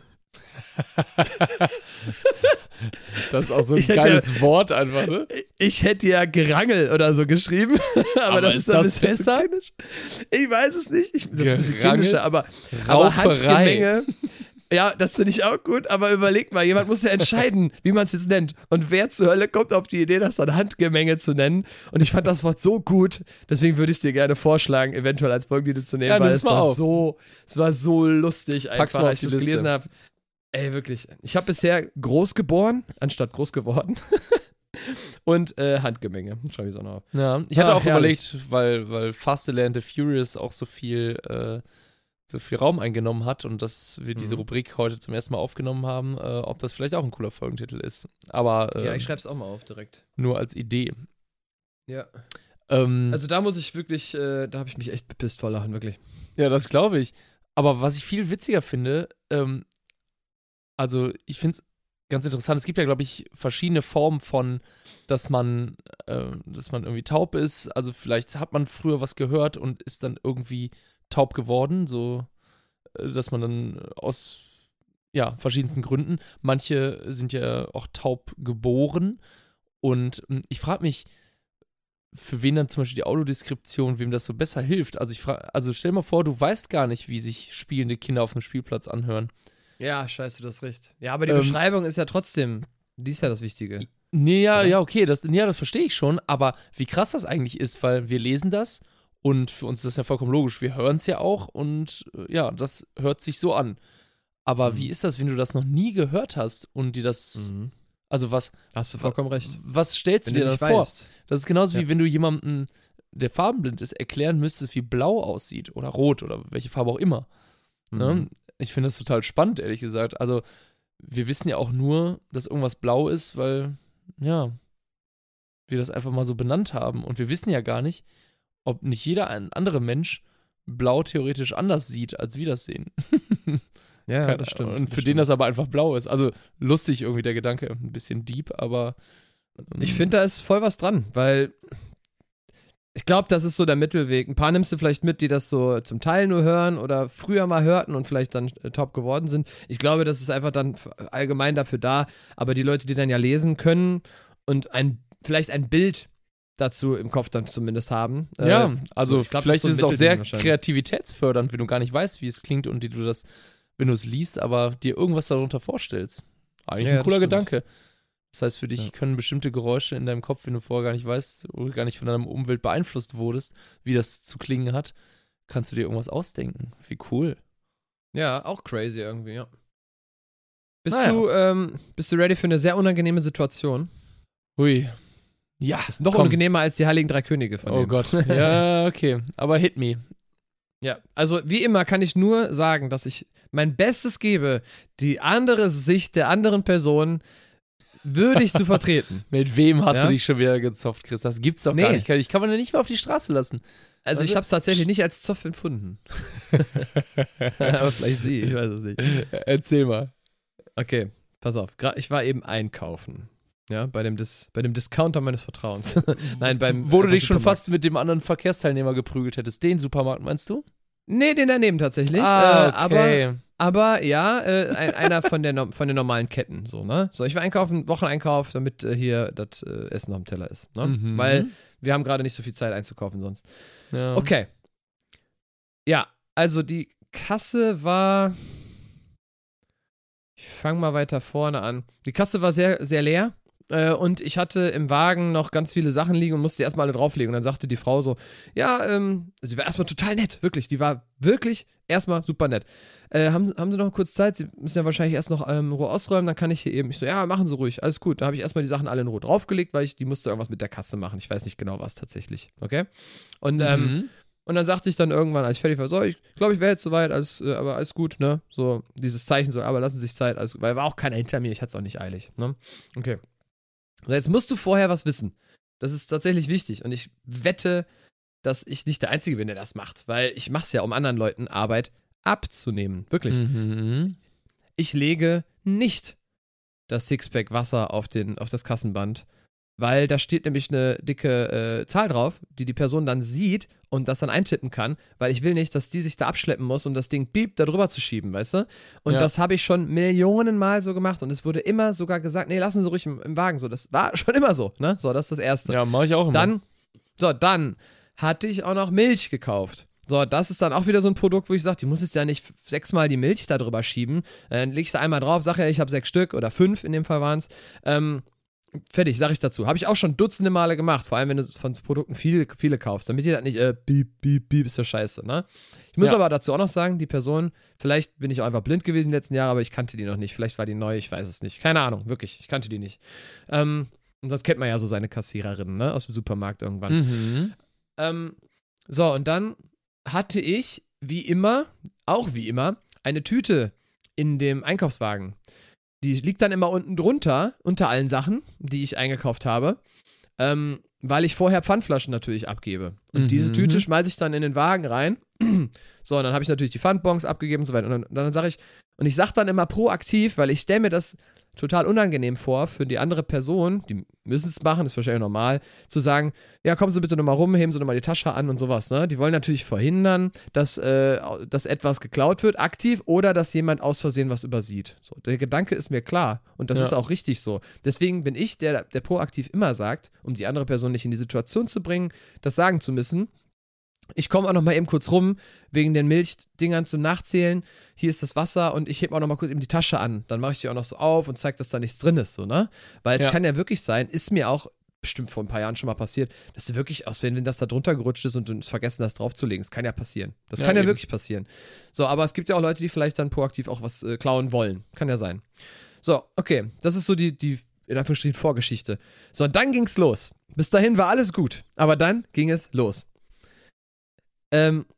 Speaker 2: Das ist auch so ein geiles Wort einfach, ne?
Speaker 1: Ich hätte ja Gerangel oder so geschrieben. aber das
Speaker 2: ist das besser?
Speaker 1: Ich weiß es nicht. Das ist ein bisschen kindischer, aber
Speaker 2: Handgemenge.
Speaker 1: Ja, das finde ich auch gut, aber überleg mal, jemand muss ja entscheiden, wie man es jetzt nennt. Und wer zur Hölle kommt auf die Idee, das dann Handgemenge zu nennen? Und ich fand das Wort so gut, deswegen würde ich es dir gerne vorschlagen, eventuell als Folgentitel zu nehmen, weil es war so lustig einfach, als ich das gelesen habe. Ey, wirklich. Ich habe bisher groß geboren, anstatt groß geworden. Und Handgemenge. Schau ich es auch noch auf.
Speaker 2: Ja, ich hatte auch überlegt, weil Fast and the Furious auch so viel Raum eingenommen hat und dass wir diese Rubrik heute zum ersten Mal aufgenommen haben, ob das vielleicht auch ein cooler Folgentitel ist. Aber
Speaker 1: ja, ich schreib's auch mal auf direkt.
Speaker 2: Nur als Idee.
Speaker 1: Ja. Also da muss ich wirklich, da habe ich mich echt bepisst vor Lachen, wirklich.
Speaker 2: Ja, das glaube ich. Aber was ich viel witziger finde, also ich finde es ganz interessant, es gibt ja, glaube ich, verschiedene Formen von, dass man irgendwie taub ist. Also vielleicht hat man früher was gehört und ist dann irgendwie taub geworden, so dass man dann aus verschiedensten Gründen, manche sind ja auch taub geboren und ich frage mich, für wen dann zum Beispiel die Audiodeskription, wem das so besser hilft. Also stell dir mal vor, du weißt gar nicht, wie sich spielende Kinder auf dem Spielplatz anhören.
Speaker 1: Ja, scheiße, du hast recht. Ja, aber die Beschreibung ist ja trotzdem, die ist ja das Wichtige.
Speaker 2: Nee, ja, okay, das verstehe ich schon, aber wie krass das eigentlich ist, weil wir lesen das und für uns ist das ja vollkommen logisch, wir hören es ja auch und das hört sich so an. Aber wie ist das, wenn du das noch nie gehört hast und dir das, also was...
Speaker 1: Hast du vollkommen recht.
Speaker 2: Was stellst du dir dann vor? Das ist genauso wie wenn du jemandem, der farbenblind ist, erklären müsstest, wie blau aussieht oder rot oder welche Farbe auch immer. Ne? Ich finde das total spannend, ehrlich gesagt. Also, wir wissen ja auch nur, dass irgendwas blau ist, weil, wir das einfach mal so benannt haben. Und wir wissen ja gar nicht, ob nicht jeder ein anderer Mensch blau theoretisch anders sieht, als wir das sehen.
Speaker 1: Ja, das stimmt.
Speaker 2: Und für den das aber einfach blau ist. Also, lustig irgendwie der Gedanke. Ein bisschen deep, aber...
Speaker 1: Ich finde, da ist voll was dran, weil... Ich glaube, das ist so der Mittelweg. Ein paar nimmst du vielleicht mit, die das so zum Teil nur hören oder früher mal hörten und vielleicht dann taub geworden sind. Ich glaube, das ist einfach dann allgemein dafür da. Aber die Leute, die dann ja lesen können und vielleicht ein Bild dazu im Kopf dann zumindest haben.
Speaker 2: Ja, also ich glaub, vielleicht ist es auch sehr kreativitätsfördernd, wenn du gar nicht weißt, wie es klingt und wenn du es liest, aber dir irgendwas darunter vorstellst. Eigentlich ein cooler Gedanke. Das heißt, für dich können bestimmte Geräusche in deinem Kopf, wenn du vorher gar nicht weißt oder gar nicht von deiner Umwelt beeinflusst wurdest, wie das zu klingen hat, kannst du dir irgendwas ausdenken. Wie cool.
Speaker 1: Ja, auch crazy irgendwie, ja. Bist du ready für eine sehr unangenehme Situation?
Speaker 2: Hui. Ja.
Speaker 1: Ist noch unangenehmer als die Heiligen Drei Könige von dem.
Speaker 2: Oh Gott. Ja, okay. Aber hit me.
Speaker 1: Ja, also wie immer kann ich nur sagen, dass ich mein Bestes gebe, die andere Sicht der anderen Person würdig zu vertreten.
Speaker 2: Mit wem hast du dich schon wieder gezofft, Chris? Das gibt's doch gar nicht. Ich kann man ja nicht mehr auf die Straße lassen.
Speaker 1: Also ich hab's tatsächlich nicht als Zoff empfunden. Aber vielleicht sie, ich weiß es nicht.
Speaker 2: Erzähl mal.
Speaker 1: Okay, pass auf. Ich war eben einkaufen. Ja, bei dem Discounter meines Vertrauens. Nein,
Speaker 2: wo du dich schon fast mit dem anderen Verkehrsteilnehmer geprügelt hättest. Den Supermarkt, meinst du?
Speaker 1: Nee, den daneben tatsächlich.
Speaker 2: Okay.
Speaker 1: Aber ja, einer von den normalen Ketten, so, ne? So, ich war einkaufen, Wocheneinkauf, damit hier das Essen auf dem Teller ist, ne? Weil wir haben gerade nicht so viel Zeit einzukaufen sonst.
Speaker 2: Ja.
Speaker 1: Okay. Ja, also die Kasse war, ich fange mal weiter vorne an. Die Kasse war sehr, sehr leer. Und ich hatte im Wagen noch ganz viele Sachen liegen und musste die erstmal alle drauflegen. Und dann sagte die Frau so, sie war erstmal total nett, wirklich. Die war wirklich erstmal super nett. Haben Sie noch kurz Zeit? Sie müssen ja wahrscheinlich erst noch in Ruhe ausräumen, dann kann ich hier eben. Ich so, ja, machen Sie ruhig, alles gut. Dann habe ich erstmal die Sachen alle in Ruhe draufgelegt, weil die musste irgendwas mit der Kasse machen. Ich weiß nicht genau was tatsächlich, okay? Und dann sagte ich dann irgendwann, als ich fertig war, so, ich glaube, ich wäre jetzt soweit, aber alles gut, ne? So, dieses Zeichen so, aber lassen Sie sich Zeit, alles gut. Weil war auch keiner hinter mir, ich hatte es auch nicht eilig, ne? Okay. So, jetzt musst du vorher was wissen. Das ist tatsächlich wichtig. Und ich wette, dass ich nicht der Einzige bin, der das macht. Weil ich mache es ja, um anderen Leuten Arbeit abzunehmen. Wirklich. Ich lege nicht das Sixpack Wasser auf das Kassenband, weil da steht nämlich eine dicke Zahl drauf, die Person dann sieht und das dann eintippen kann, weil ich will nicht, dass die sich da abschleppen muss, um das Ding da drüber zu schieben, weißt du? Und das habe ich schon Millionen Mal so gemacht und es wurde immer sogar gesagt, nee, lassen Sie ruhig im Wagen so. Das war schon immer so, ne? So, das ist das Erste.
Speaker 2: Ja, mache ich auch immer.
Speaker 1: Dann hatte ich auch noch Milch gekauft. So, das ist dann auch wieder so ein Produkt, wo ich sage, die muss jetzt ja nicht 6-mal die Milch da drüber schieben. Dann legst du einmal drauf, sag ja, ich habe 6 Stück oder 5 in dem Fall waren es. Fertig, sag ich dazu. Habe ich auch schon dutzende Male gemacht, vor allem wenn du von Produkten viele kaufst, damit ihr das nicht, piep, piep, piep, ist ja scheiße, ne? Ich muss aber dazu auch noch sagen, die Person, vielleicht bin ich auch einfach blind gewesen in den letzten Jahren, aber ich kannte die noch nicht. Vielleicht war die neu, ich weiß es nicht. Keine Ahnung, wirklich, ich kannte die nicht. Und sonst kennt man ja so seine Kassiererinnen, ne, aus dem Supermarkt irgendwann. So, und dann hatte ich, wie immer, eine Tüte in dem Einkaufswagen. Die liegt dann immer unten drunter, unter allen Sachen, die ich eingekauft habe, weil ich vorher Pfandflaschen natürlich abgebe. Und diese Tüte schmeiße ich dann in den Wagen rein. So, und dann habe ich natürlich die Pfandbons abgegeben und so weiter. Und dann sage ich sage dann immer proaktiv, weil ich stelle mir das total unangenehm vor für die andere Person, die müssen es machen, ist wahrscheinlich normal, zu sagen, ja, kommen Sie bitte nochmal rum, heben Sie nochmal die Tasche an und sowas, ne? Die wollen natürlich verhindern, dass etwas geklaut wird, aktiv, oder dass jemand aus Versehen was übersieht. So, der Gedanke ist mir klar und das ist auch richtig so. Deswegen bin ich der proaktiv immer sagt, um die andere Person nicht in die Situation zu bringen, das sagen zu müssen. Ich komme auch noch mal eben kurz rum, wegen den Milchdingern zum Nachzählen. Hier ist das Wasser und ich hebe auch noch mal kurz eben die Tasche an. Dann mache ich die auch noch so auf und zeige, dass da nichts drin ist, so, ne? Weil es kann ja wirklich sein, ist mir auch bestimmt vor ein paar Jahren schon mal passiert, dass du wirklich aus wenn das da drunter gerutscht ist und du vergessen hast draufzulegen. Das kann ja passieren. Das kann ja wirklich passieren. So, aber es gibt ja auch Leute, die vielleicht dann proaktiv auch was klauen wollen. Kann ja sein. So, okay. Das ist so die in Anführungsstrichen Vorgeschichte. So, und dann ging's los. Bis dahin war alles gut. Aber dann ging es los. Dann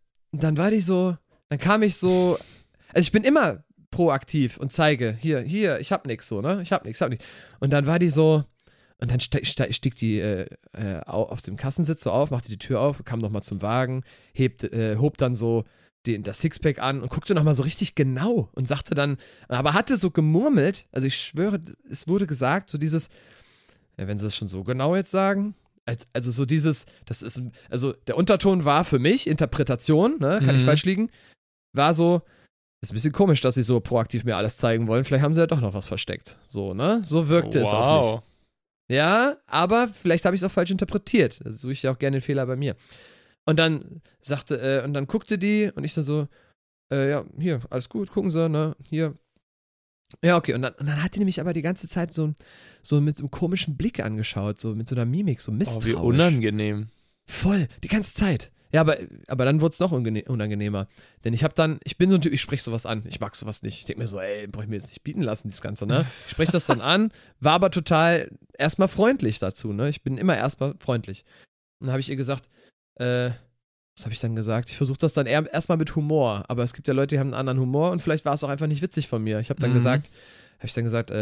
Speaker 1: kam ich so, also ich bin immer proaktiv und zeige, hier, ich hab nix so, ne? Ich hab nix. Und dann war die so, und dann stieg die aus dem Kassensitz so auf, machte die Tür auf, kam nochmal zum Wagen, hob dann so das Sixpack an und guckte nochmal so richtig genau und sagte dann, aber hatte so gemurmelt, also ich schwöre, es wurde gesagt, so dieses, ja, wenn sie das schon so genau jetzt sagen, also so dieses, das ist, also der Unterton war für mich, Interpretation, ne, kann ich falsch liegen, war so, ist ein bisschen komisch, dass sie so proaktiv mir alles zeigen wollen, vielleicht haben sie ja doch noch was versteckt, so, ne, so wirkte es auf mich. Ja, aber vielleicht habe ich es auch falsch interpretiert, da suche ich ja auch gerne den Fehler bei mir. Und dann und dann guckte die und ich so, ja, hier, alles gut, gucken Sie, ne, hier. Ja, okay, und dann hat die nämlich aber die ganze Zeit so mit so einem komischen Blick angeschaut, so mit so einer Mimik, so misstrauisch.
Speaker 2: Oh, wie unangenehm.
Speaker 1: Voll, die ganze Zeit. Ja, aber dann wurde es noch unangenehmer. Denn ich bin so ein Typ, ich spreche sowas an. Ich mag sowas nicht. Ich denke mir so, brauche ich mir jetzt nicht bieten lassen, das Ganze, ne? Ich spreche das dann an, war aber total erstmal freundlich dazu, ne? Ich bin immer erstmal freundlich. Und dann habe ich ihr gesagt, was habe ich dann gesagt? Ich versuche das dann erstmal mit Humor, aber es gibt ja Leute, die haben einen anderen Humor und vielleicht war es auch einfach nicht witzig von mir. Ich habe dann gesagt, was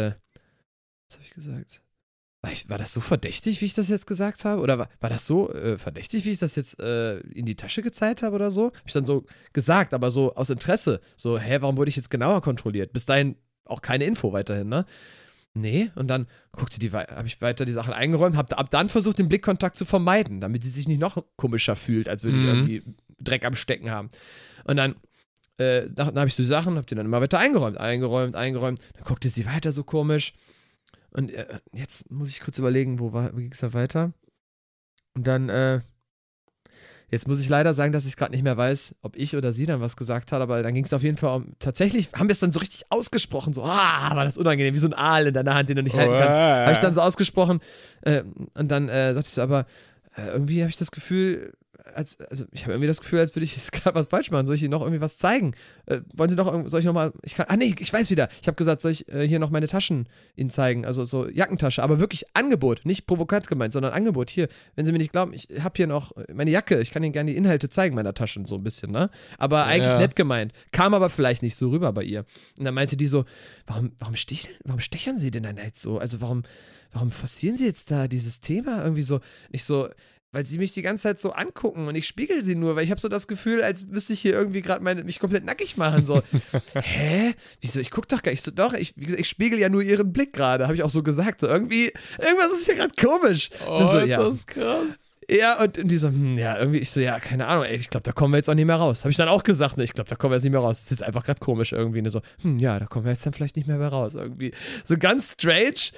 Speaker 1: habe ich gesagt? War das so verdächtig, wie ich das jetzt gesagt habe? Oder war das so verdächtig, wie ich das jetzt in die Tasche gezeigt habe oder so? Habe ich dann so gesagt, aber so aus Interesse. So, warum wurde ich jetzt genauer kontrolliert? Bis dahin auch keine Info weiterhin, ne? Nee, und dann habe ich weiter die Sachen eingeräumt, habe ab dann versucht, den Blickkontakt zu vermeiden, damit sie sich nicht noch komischer fühlt, als würde ich irgendwie Dreck am Stecken haben. Und dann habe ich so die Sachen, habe die dann immer weiter eingeräumt. Dann guckte sie weiter so komisch. Und jetzt muss ich kurz überlegen, wie ging es da weiter? Und dann, jetzt muss ich leider sagen, dass ich gerade nicht mehr weiß, ob ich oder sie dann was gesagt hat, aber dann ging es auf jeden Fall tatsächlich haben wir es dann so richtig ausgesprochen, so, war das unangenehm, wie so ein Aal in deiner Hand, den du nicht halten kannst. Habe ich dann so ausgesprochen und dann sagte ich so, aber irgendwie habe ich das Gefühl, als würde ich jetzt gerade was falsch machen. Soll ich Ihnen noch irgendwie was zeigen? Soll ich nochmal, ich weiß wieder. Ich habe gesagt, soll ich hier noch meine Taschen Ihnen zeigen? Also so Jackentasche, aber wirklich Angebot, nicht provokant gemeint, sondern Angebot. Hier, wenn Sie mir nicht glauben, ich habe hier noch meine Jacke, ich kann Ihnen gerne die Inhalte zeigen meiner Taschen, so ein bisschen, ne? Aber eigentlich nett gemeint. Kam aber vielleicht nicht so rüber bei ihr. Und dann meinte die so, warum stechern Sie denn dann jetzt so? Also warum forcieren Sie jetzt da dieses Thema irgendwie so? Nicht so, weil sie mich die ganze Zeit so angucken und ich spiegel sie nur, weil ich habe so das Gefühl, als müsste ich hier irgendwie gerade mich komplett nackig machen, so. Hä? Wieso? Ich guck doch gar nicht so, doch, ich spiegel ja nur ihren Blick gerade, habe ich auch so gesagt, so irgendwas ist hier gerade komisch.
Speaker 2: Oh, so, ist das krass.
Speaker 1: Ja, und die so, irgendwie, ich so, keine Ahnung, ich glaube, da kommen wir jetzt auch nicht mehr raus. Habe ich dann auch gesagt, ne, ich glaube, da kommen wir jetzt nicht mehr raus. Das ist jetzt einfach gerade komisch irgendwie, ne, so, da kommen wir jetzt dann vielleicht nicht mehr raus, irgendwie. So ganz strange.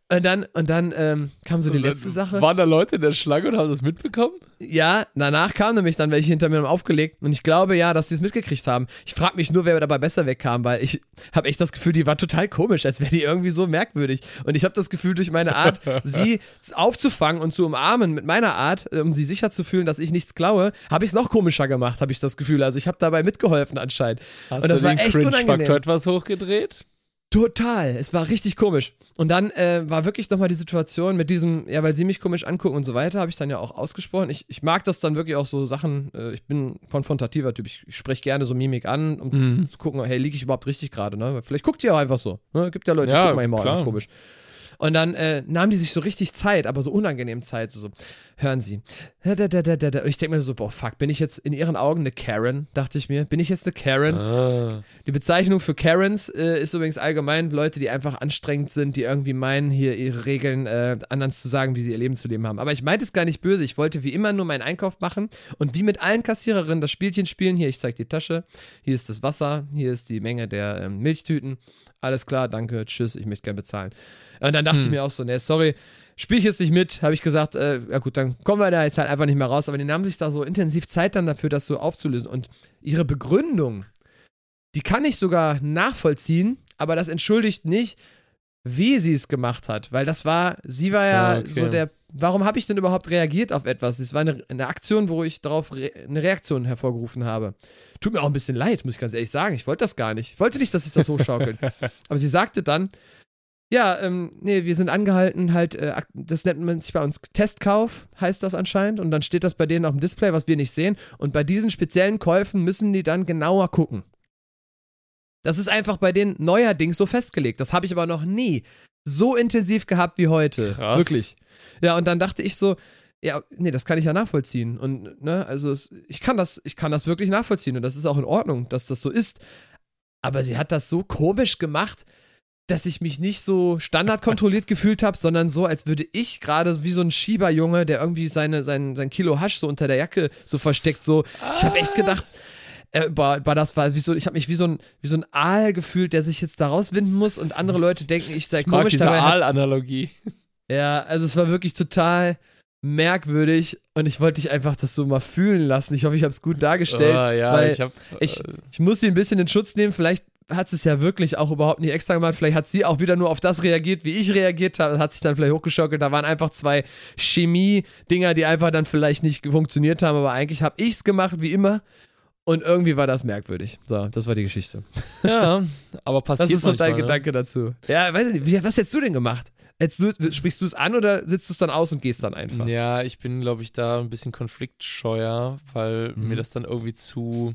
Speaker 1: Und dann kam so die letzte Sache.
Speaker 2: Waren da Leute in der Schlange und haben das mitbekommen?
Speaker 1: Ja, danach kamen nämlich dann welche hinter mir aufgelegt und ich glaube ja, dass sie es mitgekriegt haben. Ich frage mich nur, wer dabei besser wegkam, weil ich habe echt das Gefühl, die war total komisch, als wäre die irgendwie so merkwürdig. Und ich habe das Gefühl, durch meine Art, sie aufzufangen und zu umarmen mit meiner Art, um sie sicher zu fühlen, dass ich nichts klaue, habe ich es noch komischer gemacht, habe ich das Gefühl. Also ich habe dabei mitgeholfen anscheinend.
Speaker 2: Hast
Speaker 1: und das
Speaker 2: du
Speaker 1: war
Speaker 2: den
Speaker 1: echt unangenehm.
Speaker 2: Cringe-Faktor etwas hochgedreht?
Speaker 1: Total, es war richtig komisch. Und dann war wirklich nochmal die Situation mit diesem, ja, weil sie mich komisch angucken und so weiter, habe ich dann ja auch ausgesprochen. Ich mag das dann wirklich auch so Sachen, ich bin konfrontativer Typ, ich spreche gerne so Mimik an, um zu gucken, hey, liege ich überhaupt richtig gerade, ne? Vielleicht guckt ihr auch einfach so, ne? Gibt ja Leute, die gucken manchmal auch komisch. Und dann nahmen die sich so richtig Zeit, aber so unangenehm Zeit, so, hören Sie. Und ich denke mir so, boah, fuck, bin ich jetzt in ihren Augen eine Karen, dachte ich mir. Bin ich jetzt eine Karen?
Speaker 2: Ah.
Speaker 1: Die Bezeichnung für Karens ist übrigens allgemein Leute, die einfach anstrengend sind, die irgendwie meinen, hier ihre Regeln anderen zu sagen, wie sie ihr Leben zu leben haben. Aber ich meinte es gar nicht böse. Ich wollte wie immer nur meinen Einkauf machen und wie mit allen Kassiererinnen das Spielchen spielen. Hier, ich zeig die Tasche, hier ist das Wasser, hier ist die Menge der Milchtüten. Alles klar, danke, tschüss, ich möchte gerne bezahlen. Und dann dachte ich mir auch so, nee, sorry, spiel ich jetzt nicht mit, habe ich gesagt, ja gut, dann kommen wir da jetzt halt einfach nicht mehr raus. Aber die nahmen sich da so intensiv Zeit dann dafür, das so aufzulösen. Und ihre Begründung, die kann ich sogar nachvollziehen, aber das entschuldigt nicht, wie sie es gemacht hat. Weil sie war ja so warum habe ich denn überhaupt reagiert auf etwas? Es war eine Aktion, wo ich darauf eine Reaktion hervorgerufen habe. Tut mir auch ein bisschen leid, muss ich ganz ehrlich sagen. Ich wollte das gar nicht. Ich wollte nicht, dass sich das hochschaukelt. Aber sie sagte dann, ja, nee, wir sind angehalten, halt, das nennt man sich bei uns Testkauf, heißt das anscheinend. Und dann steht das bei denen auf dem Display, was wir nicht sehen. Und bei diesen speziellen Käufen müssen die dann genauer gucken. Das ist einfach bei denen neuerdings so festgelegt. Das habe ich aber noch nie so intensiv gehabt wie heute.
Speaker 2: Krass.
Speaker 1: Wirklich. Ja, und dann dachte ich so, ja, nee, das kann ich ja nachvollziehen. Und, ne, also ich kann das wirklich nachvollziehen und das ist auch in Ordnung, dass das so ist. Aber sie hat das so komisch gemacht, dass ich mich nicht so standardkontrolliert gefühlt habe, sondern so, als würde ich gerade wie so ein Schieberjunge, der irgendwie sein Kilo Hasch so unter der Jacke so versteckt, so. Ich habe echt gedacht, das war wie so, ich habe mich wie so ein Aal gefühlt, der sich jetzt da rauswinden muss und andere Leute denken, ich sei komisch.
Speaker 2: Ich mag diese Aal-Analogie. Ja,
Speaker 1: also es war wirklich total merkwürdig und ich wollte dich einfach das so mal fühlen lassen. Ich hoffe, ich habe es gut dargestellt.
Speaker 2: Ja,
Speaker 1: weil ich muss sie ein bisschen in Schutz nehmen. Vielleicht hat sie es ja wirklich auch überhaupt nicht extra gemacht. Vielleicht hat sie auch wieder nur auf das reagiert, wie ich reagiert habe. Das hat sich dann vielleicht hochgeschaukelt. Da waren einfach zwei Chemie-Dinger, die einfach dann vielleicht nicht funktioniert haben. Aber eigentlich habe ich es gemacht, wie immer. Und irgendwie war das merkwürdig. So, das war die Geschichte.
Speaker 2: Ja, aber passiert
Speaker 1: manchmal. Das ist so dein
Speaker 2: ne?
Speaker 1: Gedanke dazu. Ja, weiß ich nicht. Was hättest du denn gemacht? Sprichst du es an oder sitzt du es dann aus und gehst dann einfach?
Speaker 2: Ja, ich bin, glaube ich, da ein bisschen konfliktscheuer, weil mir das dann irgendwie zu,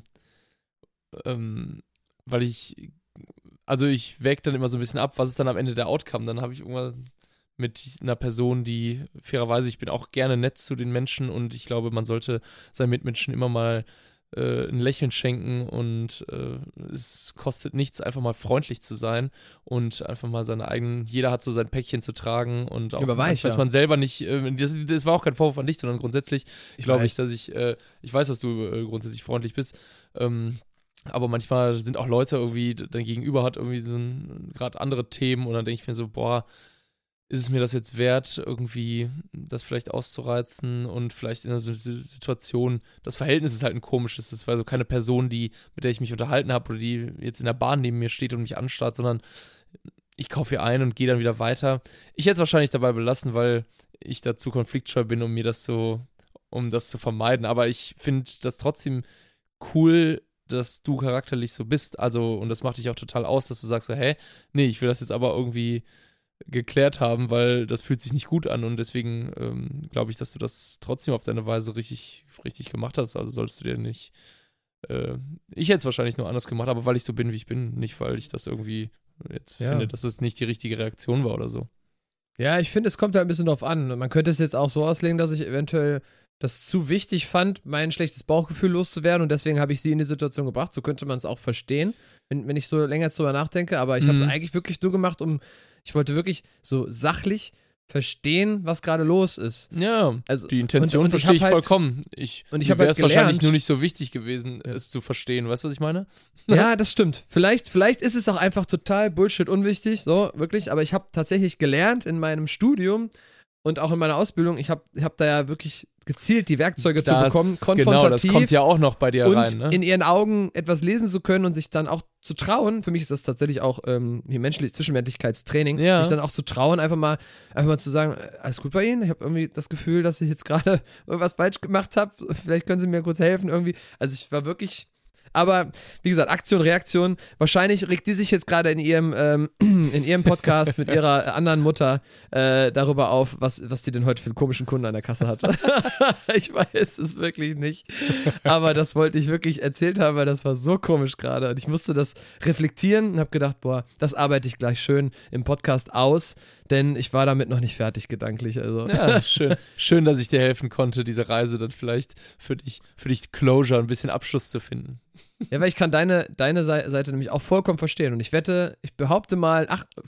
Speaker 2: weil ich wäge dann immer so ein bisschen ab, was ist dann am Ende der Outcome. Dann habe ich irgendwann mit einer Person, die fairerweise, ich bin auch gerne nett zu den Menschen und ich glaube, man sollte seinen Mitmenschen immer mal ein Lächeln schenken und es kostet nichts, einfach mal freundlich zu sein und einfach mal jeder hat so sein Päckchen zu tragen und auch weiß man selber nicht, das war auch kein Vorwurf an dich, sondern grundsätzlich glaube ich, dass ich weiß, dass du grundsätzlich freundlich bist, aber manchmal sind auch Leute irgendwie, dein Gegenüber hat irgendwie so gerade andere Themen und dann denke ich mir so, boah, ist es mir das jetzt wert, irgendwie das vielleicht auszureizen und vielleicht in einer Situation, das Verhältnis ist halt ein komisches, das war so keine Person, mit der ich mich unterhalten habe oder die jetzt in der Bahn neben mir steht und mich anstarrt, sondern ich kaufe ihr ein und gehe dann wieder weiter. Ich hätte es wahrscheinlich dabei belassen, weil ich dazu konfliktscheu bin, um das zu vermeiden, aber ich finde das trotzdem cool, dass du charakterlich so bist, also, und das macht dich auch total aus, dass du sagst so, hey, nee, ich will das jetzt aber irgendwie geklärt haben, weil das fühlt sich nicht gut an und deswegen glaube ich, dass du das trotzdem auf deine Weise richtig, richtig gemacht hast. Also solltest du dir nicht ich hätte es wahrscheinlich nur anders gemacht, aber weil ich so bin, wie ich bin, nicht weil ich das irgendwie jetzt finde, dass es nicht die richtige Reaktion war oder so.
Speaker 1: Ja, ich finde, es kommt da ein bisschen drauf an. Man könnte es jetzt auch so auslegen, dass ich eventuell das zu wichtig fand, mein schlechtes Bauchgefühl loszuwerden und deswegen habe ich sie in die Situation gebracht. So könnte man es auch verstehen, wenn ich so länger drüber nachdenke, aber ich habe es eigentlich wirklich nur gemacht, ich wollte wirklich so sachlich verstehen, was gerade los ist.
Speaker 2: Ja,
Speaker 1: also,
Speaker 2: die Intention verstehe ich vollkommen. Mir wäre es wahrscheinlich nur nicht so wichtig gewesen, es zu verstehen. Weißt du, was ich meine?
Speaker 1: Ja, das stimmt. Vielleicht ist es auch einfach total Bullshit unwichtig, so, wirklich. Aber ich habe tatsächlich gelernt in meinem Studium und auch in meiner Ausbildung, ich hab da ja wirklich gezielt die Werkzeuge zu bekommen, konfrontativ.
Speaker 2: Genau, das kommt ja auch noch bei dir
Speaker 1: und
Speaker 2: rein. Ne?
Speaker 1: In ihren Augen etwas lesen zu können und sich dann auch zu trauen. Für mich ist das tatsächlich auch hier Zwischenmenschlichkeitstraining.
Speaker 2: Ja.
Speaker 1: Mich dann auch zu trauen, einfach mal zu sagen, alles gut bei Ihnen? Ich habe irgendwie das Gefühl, dass ich jetzt gerade irgendwas falsch gemacht habe. Vielleicht können Sie mir kurz helfen irgendwie. Also ich war wirklich... Aber wie gesagt, Aktion, Reaktion. Wahrscheinlich regt die sich jetzt gerade in ihrem Podcast mit ihrer anderen Mutter darüber auf, was die denn heute für einen komischen Kunden an der Kasse hat. Ich weiß es wirklich nicht. Aber das wollte ich wirklich erzählt haben, weil das war so komisch gerade. Und ich musste das reflektieren und habe gedacht, boah, das arbeite ich gleich schön im Podcast aus. Denn ich war damit noch nicht fertig gedanklich. Also.
Speaker 2: Ja, schön. Schön, dass ich dir helfen konnte, diese Reise dann vielleicht für dich Closure, ein bisschen Abschluss zu finden.
Speaker 1: Ja, weil ich kann deine Seite nämlich auch vollkommen verstehen. Und ich wette, ich behaupte mal,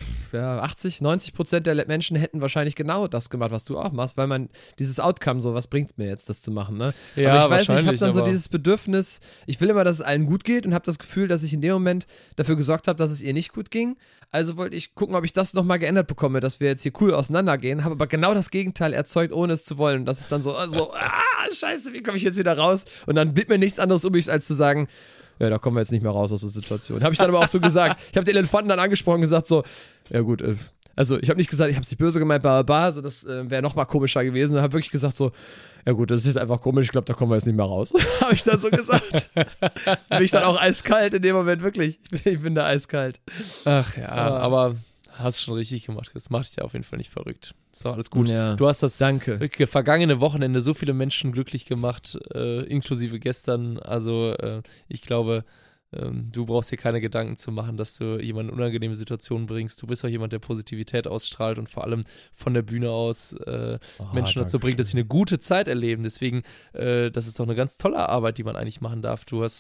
Speaker 1: 80-90% der Menschen hätten wahrscheinlich genau das gemacht, was du auch machst, weil man dieses Outcome so, was bringt mir jetzt, das zu machen, ne?
Speaker 2: Ja,
Speaker 1: aber ich weiß nicht, ich habe dann so
Speaker 2: aber
Speaker 1: dieses Bedürfnis, ich will immer, dass es allen gut geht und habe das Gefühl, dass ich in dem Moment dafür gesorgt habe, dass es ihr nicht gut ging. Also wollte ich gucken, ob ich das nochmal geändert bekomme, dass wir jetzt hier cool auseinandergehen, habe aber genau das Gegenteil erzeugt, ohne es zu wollen. Und das ist dann so, scheiße, wie komme ich jetzt wieder raus? Und dann blieb mir nichts anderes übrig, als zu sagen, ja, da kommen wir jetzt nicht mehr raus aus der Situation. Habe ich dann aber auch so gesagt. Ich habe den Elefanten dann angesprochen und gesagt so, ja gut, also ich habe nicht gesagt, ich habe es nicht böse gemeint, so das wäre nochmal komischer gewesen. Und habe wirklich gesagt so, ja gut, das ist jetzt einfach komisch, ich glaube, da kommen wir jetzt nicht mehr raus. Habe ich dann so gesagt. Bin ich dann auch eiskalt in dem Moment, wirklich. Ich bin da eiskalt.
Speaker 2: Ach ja, aber hast schon richtig gemacht. Das macht dich ja auf jeden Fall nicht verrückt. Ist doch alles gut.
Speaker 1: Ja,
Speaker 2: du hast das
Speaker 1: danke.
Speaker 2: Vergangene Wochenende so viele Menschen glücklich gemacht, inklusive gestern. Also ich glaube, du brauchst dir keine Gedanken zu machen, dass du jemanden in unangenehme Situationen bringst. Du bist auch jemand, der Positivität ausstrahlt und vor allem von der Bühne aus Menschen dazu bringt, dass sie eine gute Zeit erleben. Deswegen, das ist doch eine ganz tolle Arbeit, die man eigentlich machen darf. Du hast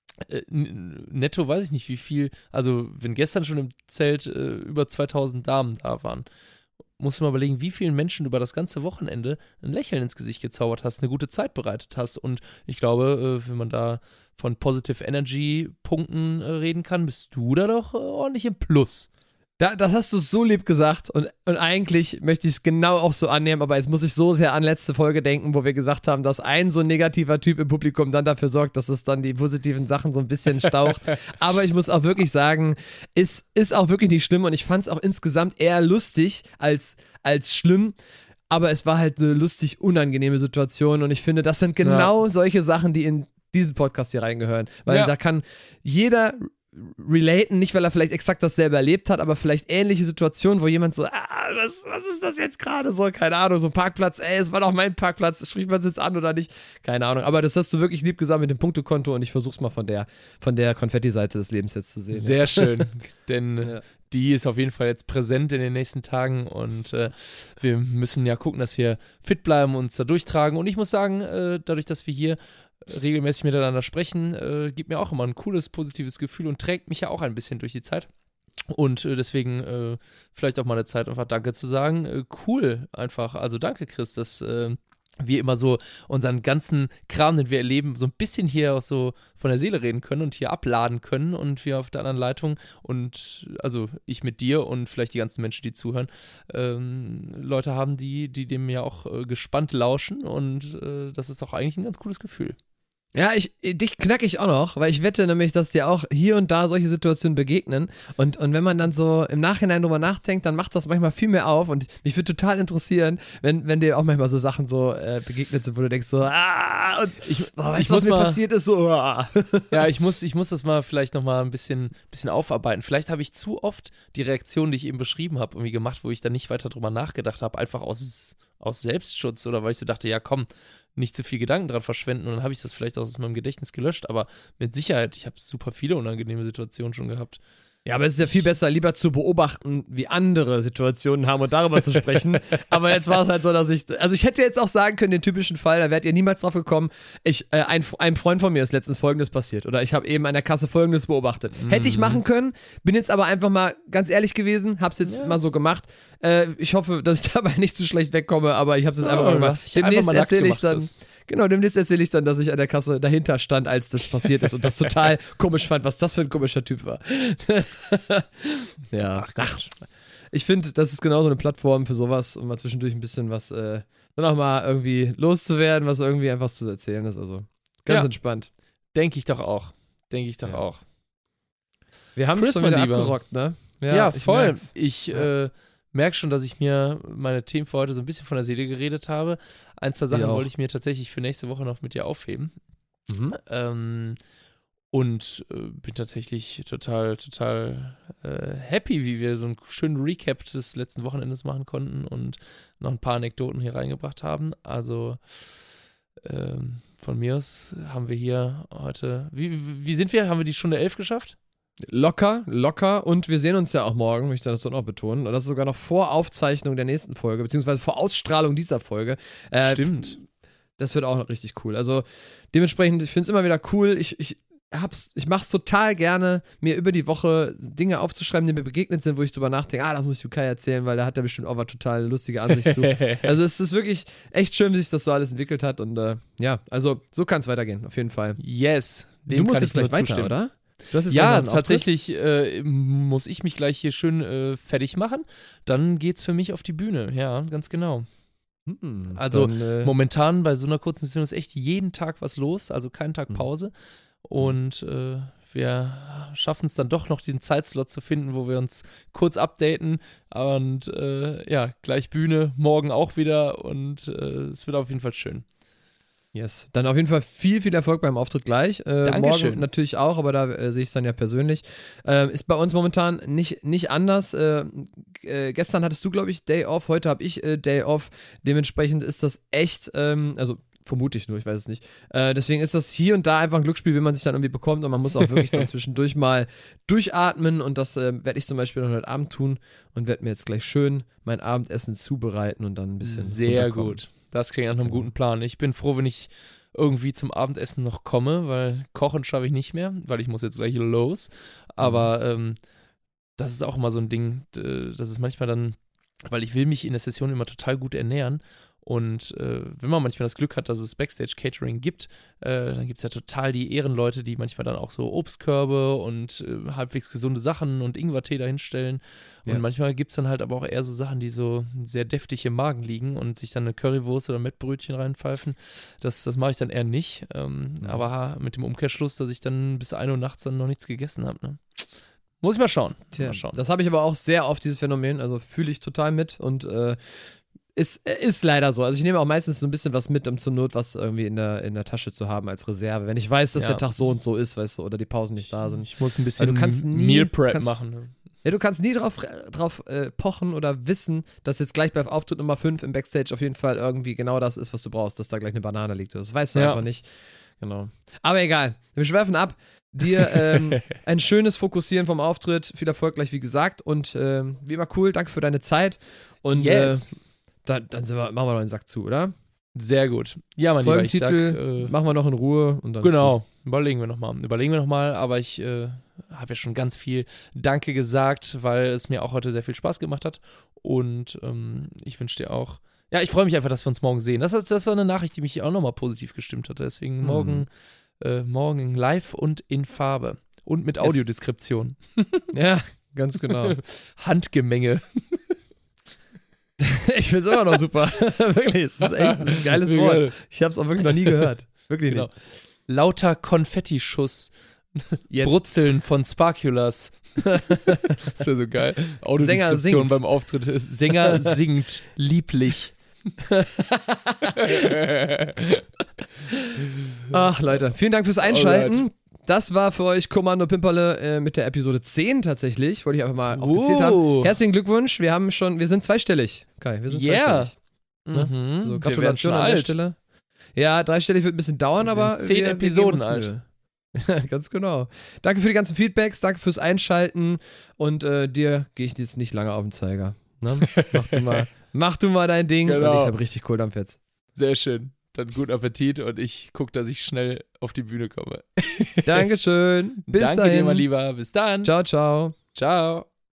Speaker 2: netto weiß ich nicht wie viel, also wenn gestern schon im Zelt über 2000 Damen da waren, musst du mal überlegen, wie vielen Menschen über das ganze Wochenende ein Lächeln ins Gesicht gezaubert hast, eine gute Zeit bereitet hast. Und ich glaube, wenn man da von Positive Energy Punkten reden kann, bist du da doch ordentlich im Plus.
Speaker 1: Das hast du so lieb gesagt und eigentlich möchte ich es genau auch so annehmen, aber jetzt muss ich so sehr an letzte Folge denken, wo wir gesagt haben, dass ein so negativer Typ im Publikum dann dafür sorgt, dass es dann die positiven Sachen so ein bisschen staucht. Aber ich muss auch wirklich sagen, es ist auch wirklich nicht schlimm und ich fand es auch insgesamt eher lustig als schlimm. Aber es war halt eine lustig unangenehme Situation und ich finde, das sind genau solche Sachen, die in diesen Podcast hier reingehören. Weil da kann jeder relaten, nicht weil er vielleicht exakt dasselbe erlebt hat, aber vielleicht ähnliche Situationen, wo jemand so, was ist das jetzt gerade so, keine Ahnung, so Parkplatz, es war doch mein Parkplatz, spricht man es jetzt an oder nicht, keine Ahnung, aber das hast du wirklich lieb gesagt mit dem Punktekonto und ich versuch's mal von der Konfetti-Seite des Lebens jetzt zu sehen.
Speaker 2: Sehr schön, denn die ist auf jeden Fall jetzt präsent in den nächsten Tagen und wir müssen ja gucken, dass wir fit bleiben und uns da durchtragen und ich muss sagen, dadurch, dass wir hier regelmäßig miteinander sprechen, gibt mir auch immer ein cooles, positives Gefühl und trägt mich ja auch ein bisschen durch die Zeit. Und deswegen vielleicht auch mal eine Zeit, einfach Danke zu sagen. Cool, einfach. Also danke, Chris, dass wir immer so unseren ganzen Kram, den wir erleben, so ein bisschen hier auch so von der Seele reden können und hier abladen können und wir auf der anderen Leitung und also ich mit dir und vielleicht die ganzen Menschen, die zuhören, Leute haben, die dem ja auch gespannt lauschen und das ist auch eigentlich ein ganz cooles Gefühl.
Speaker 1: Ja, dich knack ich auch noch, weil ich wette nämlich, dass dir auch hier und da solche Situationen begegnen und wenn man dann so im Nachhinein drüber nachdenkt, dann macht das manchmal viel mehr auf und mich würde total interessieren, wenn dir auch manchmal so Sachen so begegnet sind, wo du denkst so, was mir passiert ist, so,
Speaker 2: Ja, ich muss das mal vielleicht nochmal ein bisschen aufarbeiten. Vielleicht habe ich zu oft die Reaktion, die ich eben beschrieben habe, irgendwie gemacht, wo ich dann nicht weiter drüber nachgedacht habe, einfach aus Selbstschutz oder weil ich so dachte, ja komm, nicht zu viel Gedanken dran verschwenden und dann habe ich das vielleicht aus meinem Gedächtnis gelöscht, aber mit Sicherheit, ich habe super viele unangenehme Situationen schon gehabt.
Speaker 1: Ja, aber es ist ja viel besser, lieber zu beobachten, wie andere Situationen haben und darüber zu sprechen. Aber jetzt war es halt so, dass ich hätte jetzt auch sagen können, den typischen Fall, da wärt ihr niemals drauf gekommen, einem Freund von mir ist letztens Folgendes passiert oder ich habe eben an der Kasse Folgendes beobachtet. Hätte ich machen können, bin jetzt aber einfach mal ganz ehrlich gewesen, hab's jetzt mal so gemacht. Ich hoffe, dass ich dabei nicht zu schlecht wegkomme, aber ich hab's jetzt einfach mal gemacht. Demnächst erzähle ich dann... Genau, demnächst erzähle ich dann, dass ich an der Kasse dahinter stand, als das passiert ist und das total komisch fand, was das für ein komischer Typ war. Ja, ach, ich finde, das ist genau so eine Plattform für sowas, um mal zwischendurch ein bisschen was, nur noch mal irgendwie loszuwerden, was irgendwie einfach zu erzählen ist. Also ganz entspannt.
Speaker 2: Denke ich doch auch.
Speaker 1: Wir haben es schon wieder abgerockt, ne?
Speaker 2: Ja, voll. Ich merke schon, dass ich mir meine Themen für heute so ein bisschen von der Seele geredet habe. Ein, zwei Sachen wollte ich mir tatsächlich für nächste Woche noch mit dir aufheben. Und bin tatsächlich total happy, wie wir so einen schönen Recap des letzten Wochenendes machen konnten und noch ein paar Anekdoten hier reingebracht haben. Also von mir aus haben wir hier heute, wie sind wir? Haben wir die Stunde 11 geschafft?
Speaker 1: Locker und wir sehen uns ja auch morgen, möchte ich das noch betonen. Und das ist sogar noch vor Aufzeichnung der nächsten Folge, beziehungsweise vor Ausstrahlung dieser Folge.
Speaker 2: Stimmt.
Speaker 1: Das wird auch noch richtig cool. Also dementsprechend, ich finde es immer wieder cool. Ich mache es total gerne, mir über die Woche Dinge aufzuschreiben, die mir begegnet sind, wo ich drüber nachdenke, das muss ich Kai erzählen, weil da hat er bestimmt auch eine total lustige Ansicht zu. Also es ist wirklich echt schön, wie sich das so alles entwickelt hat und also so kann es weitergehen, auf jeden Fall.
Speaker 2: Yes.
Speaker 1: Du musst jetzt gleich weiter, oder?
Speaker 2: Ja, tatsächlich muss ich mich gleich hier schön fertig machen. Dann geht's für mich auf die Bühne. Ja, ganz genau. Also momentan bei so einer kurzen Session ist echt jeden Tag was los, also keinen Tag Pause. Und wir schaffen es dann doch noch, diesen Zeitslot zu finden, wo wir uns kurz updaten. Und gleich Bühne, morgen auch wieder. Und es wird auf jeden Fall schön.
Speaker 1: Yes, dann auf jeden Fall viel Erfolg beim Auftritt gleich.
Speaker 2: Dankeschön.
Speaker 1: Morgen natürlich auch, aber da sehe ich es dann ja persönlich. Ist bei uns momentan nicht anders. Gestern hattest du, glaube ich, Day Off, heute habe ich Day Off. Dementsprechend ist das echt, also vermute ich nur, ich weiß es nicht. Deswegen ist das hier und da einfach ein Glücksspiel, wenn man sich dann irgendwie bekommt und man muss auch wirklich dann zwischendurch mal durchatmen und das werde ich zum Beispiel noch heute Abend tun und werde mir jetzt gleich schön mein Abendessen zubereiten und dann ein bisschen
Speaker 2: sehr gut. Das klingt nach einem guten Plan. Ich bin froh, wenn ich irgendwie zum Abendessen noch komme, weil kochen schaffe ich nicht mehr, weil ich muss jetzt gleich los. Aber das ist auch immer so ein Ding, das ist manchmal dann, weil ich will mich in der Session immer total gut ernähren. Und wenn man manchmal das Glück hat, dass es Backstage-Catering gibt, dann gibt es ja total die Ehrenleute, die manchmal dann auch so Obstkörbe und halbwegs gesunde Sachen und Ingwertee dahinstellen. Und manchmal gibt es dann halt aber auch eher so Sachen, die so sehr deftig im Magen liegen und sich dann eine Currywurst oder Mettbrötchen reinpfeifen. Das mache ich dann eher nicht. Aber mit dem Umkehrschluss, dass ich dann bis 1 Uhr nachts dann noch nichts gegessen habe. Ne? Muss ich mal schauen.
Speaker 1: Das habe ich aber auch sehr oft, dieses Phänomen. Also fühle ich total mit und ist leider so. Also ich nehme auch meistens so ein bisschen was mit, um zur Not was irgendwie in der Tasche zu haben als Reserve. Wenn ich weiß, dass der Tag so und so ist, weißt du, oder die Pausen nicht da sind.
Speaker 2: Ich muss ein bisschen Meal Prep machen. Ne?
Speaker 1: Ja, du kannst nie drauf pochen oder wissen, dass jetzt gleich bei Auftritt Nummer 5 im Backstage auf jeden Fall irgendwie genau das ist, was du brauchst, dass da gleich eine Banane liegt. Das weißt du einfach nicht. Genau. Aber egal. Wir schwerfen ab. Dir ein schönes Fokussieren vom Auftritt. Viel Erfolg gleich, wie gesagt. Und wie immer cool. Danke für deine Zeit. Und dann machen wir noch den Sack zu, oder?
Speaker 2: Sehr gut. Ja, mein Lieber, ich sag,
Speaker 1: machen wir noch in Ruhe. Und dann
Speaker 2: genau, überlegen wir nochmal. Aber ich habe ja schon ganz viel Danke gesagt, weil es mir auch heute sehr viel Spaß gemacht hat. Und ich wünsche dir auch, ich freue mich einfach, dass wir uns morgen sehen. Das war eine Nachricht, die mich auch nochmal positiv gestimmt hat. Deswegen morgen live und in Farbe. Und mit Audiodeskription.
Speaker 1: Ja, ganz genau.
Speaker 2: Handgemenge.
Speaker 1: Ich finde es immer noch super. Wirklich, es ist echt ein geiles Wort. Ich habe es auch wirklich noch nie gehört. Wirklich nicht.
Speaker 2: Lauter Konfettischuss. Brutzeln von Sparkulas. Das ist ja so geil. Audiodeskription beim Auftritt. Sänger singt lieblich.
Speaker 1: Ach, Leute, vielen Dank fürs Einschalten. Alright. Das war für euch Kommando Pimperle mit der Episode 10 tatsächlich. Wollte ich einfach mal aufgezählt haben. Herzlichen Glückwunsch. Wir sind zweistellig, Kai. Wir sind zweistellig. Ne? So, Gratulation an der Stelle. Ja, dreistellig wird ein bisschen dauern, aber
Speaker 2: 10 Episoden alt.
Speaker 1: Ganz genau. Danke für die ganzen Feedbacks, danke fürs Einschalten und dir gehe ich jetzt nicht lange auf den Zeiger. Ne? Mach du mal dein Ding und ich habe richtig Kohldampf jetzt.
Speaker 2: Sehr schön. Dann guten Appetit und ich gucke, dass ich schnell auf die Bühne komme.
Speaker 1: Dankeschön. Bis dahin.
Speaker 2: Danke dir, mein Lieber. Bis dann.
Speaker 1: Ciao, ciao.
Speaker 2: Ciao.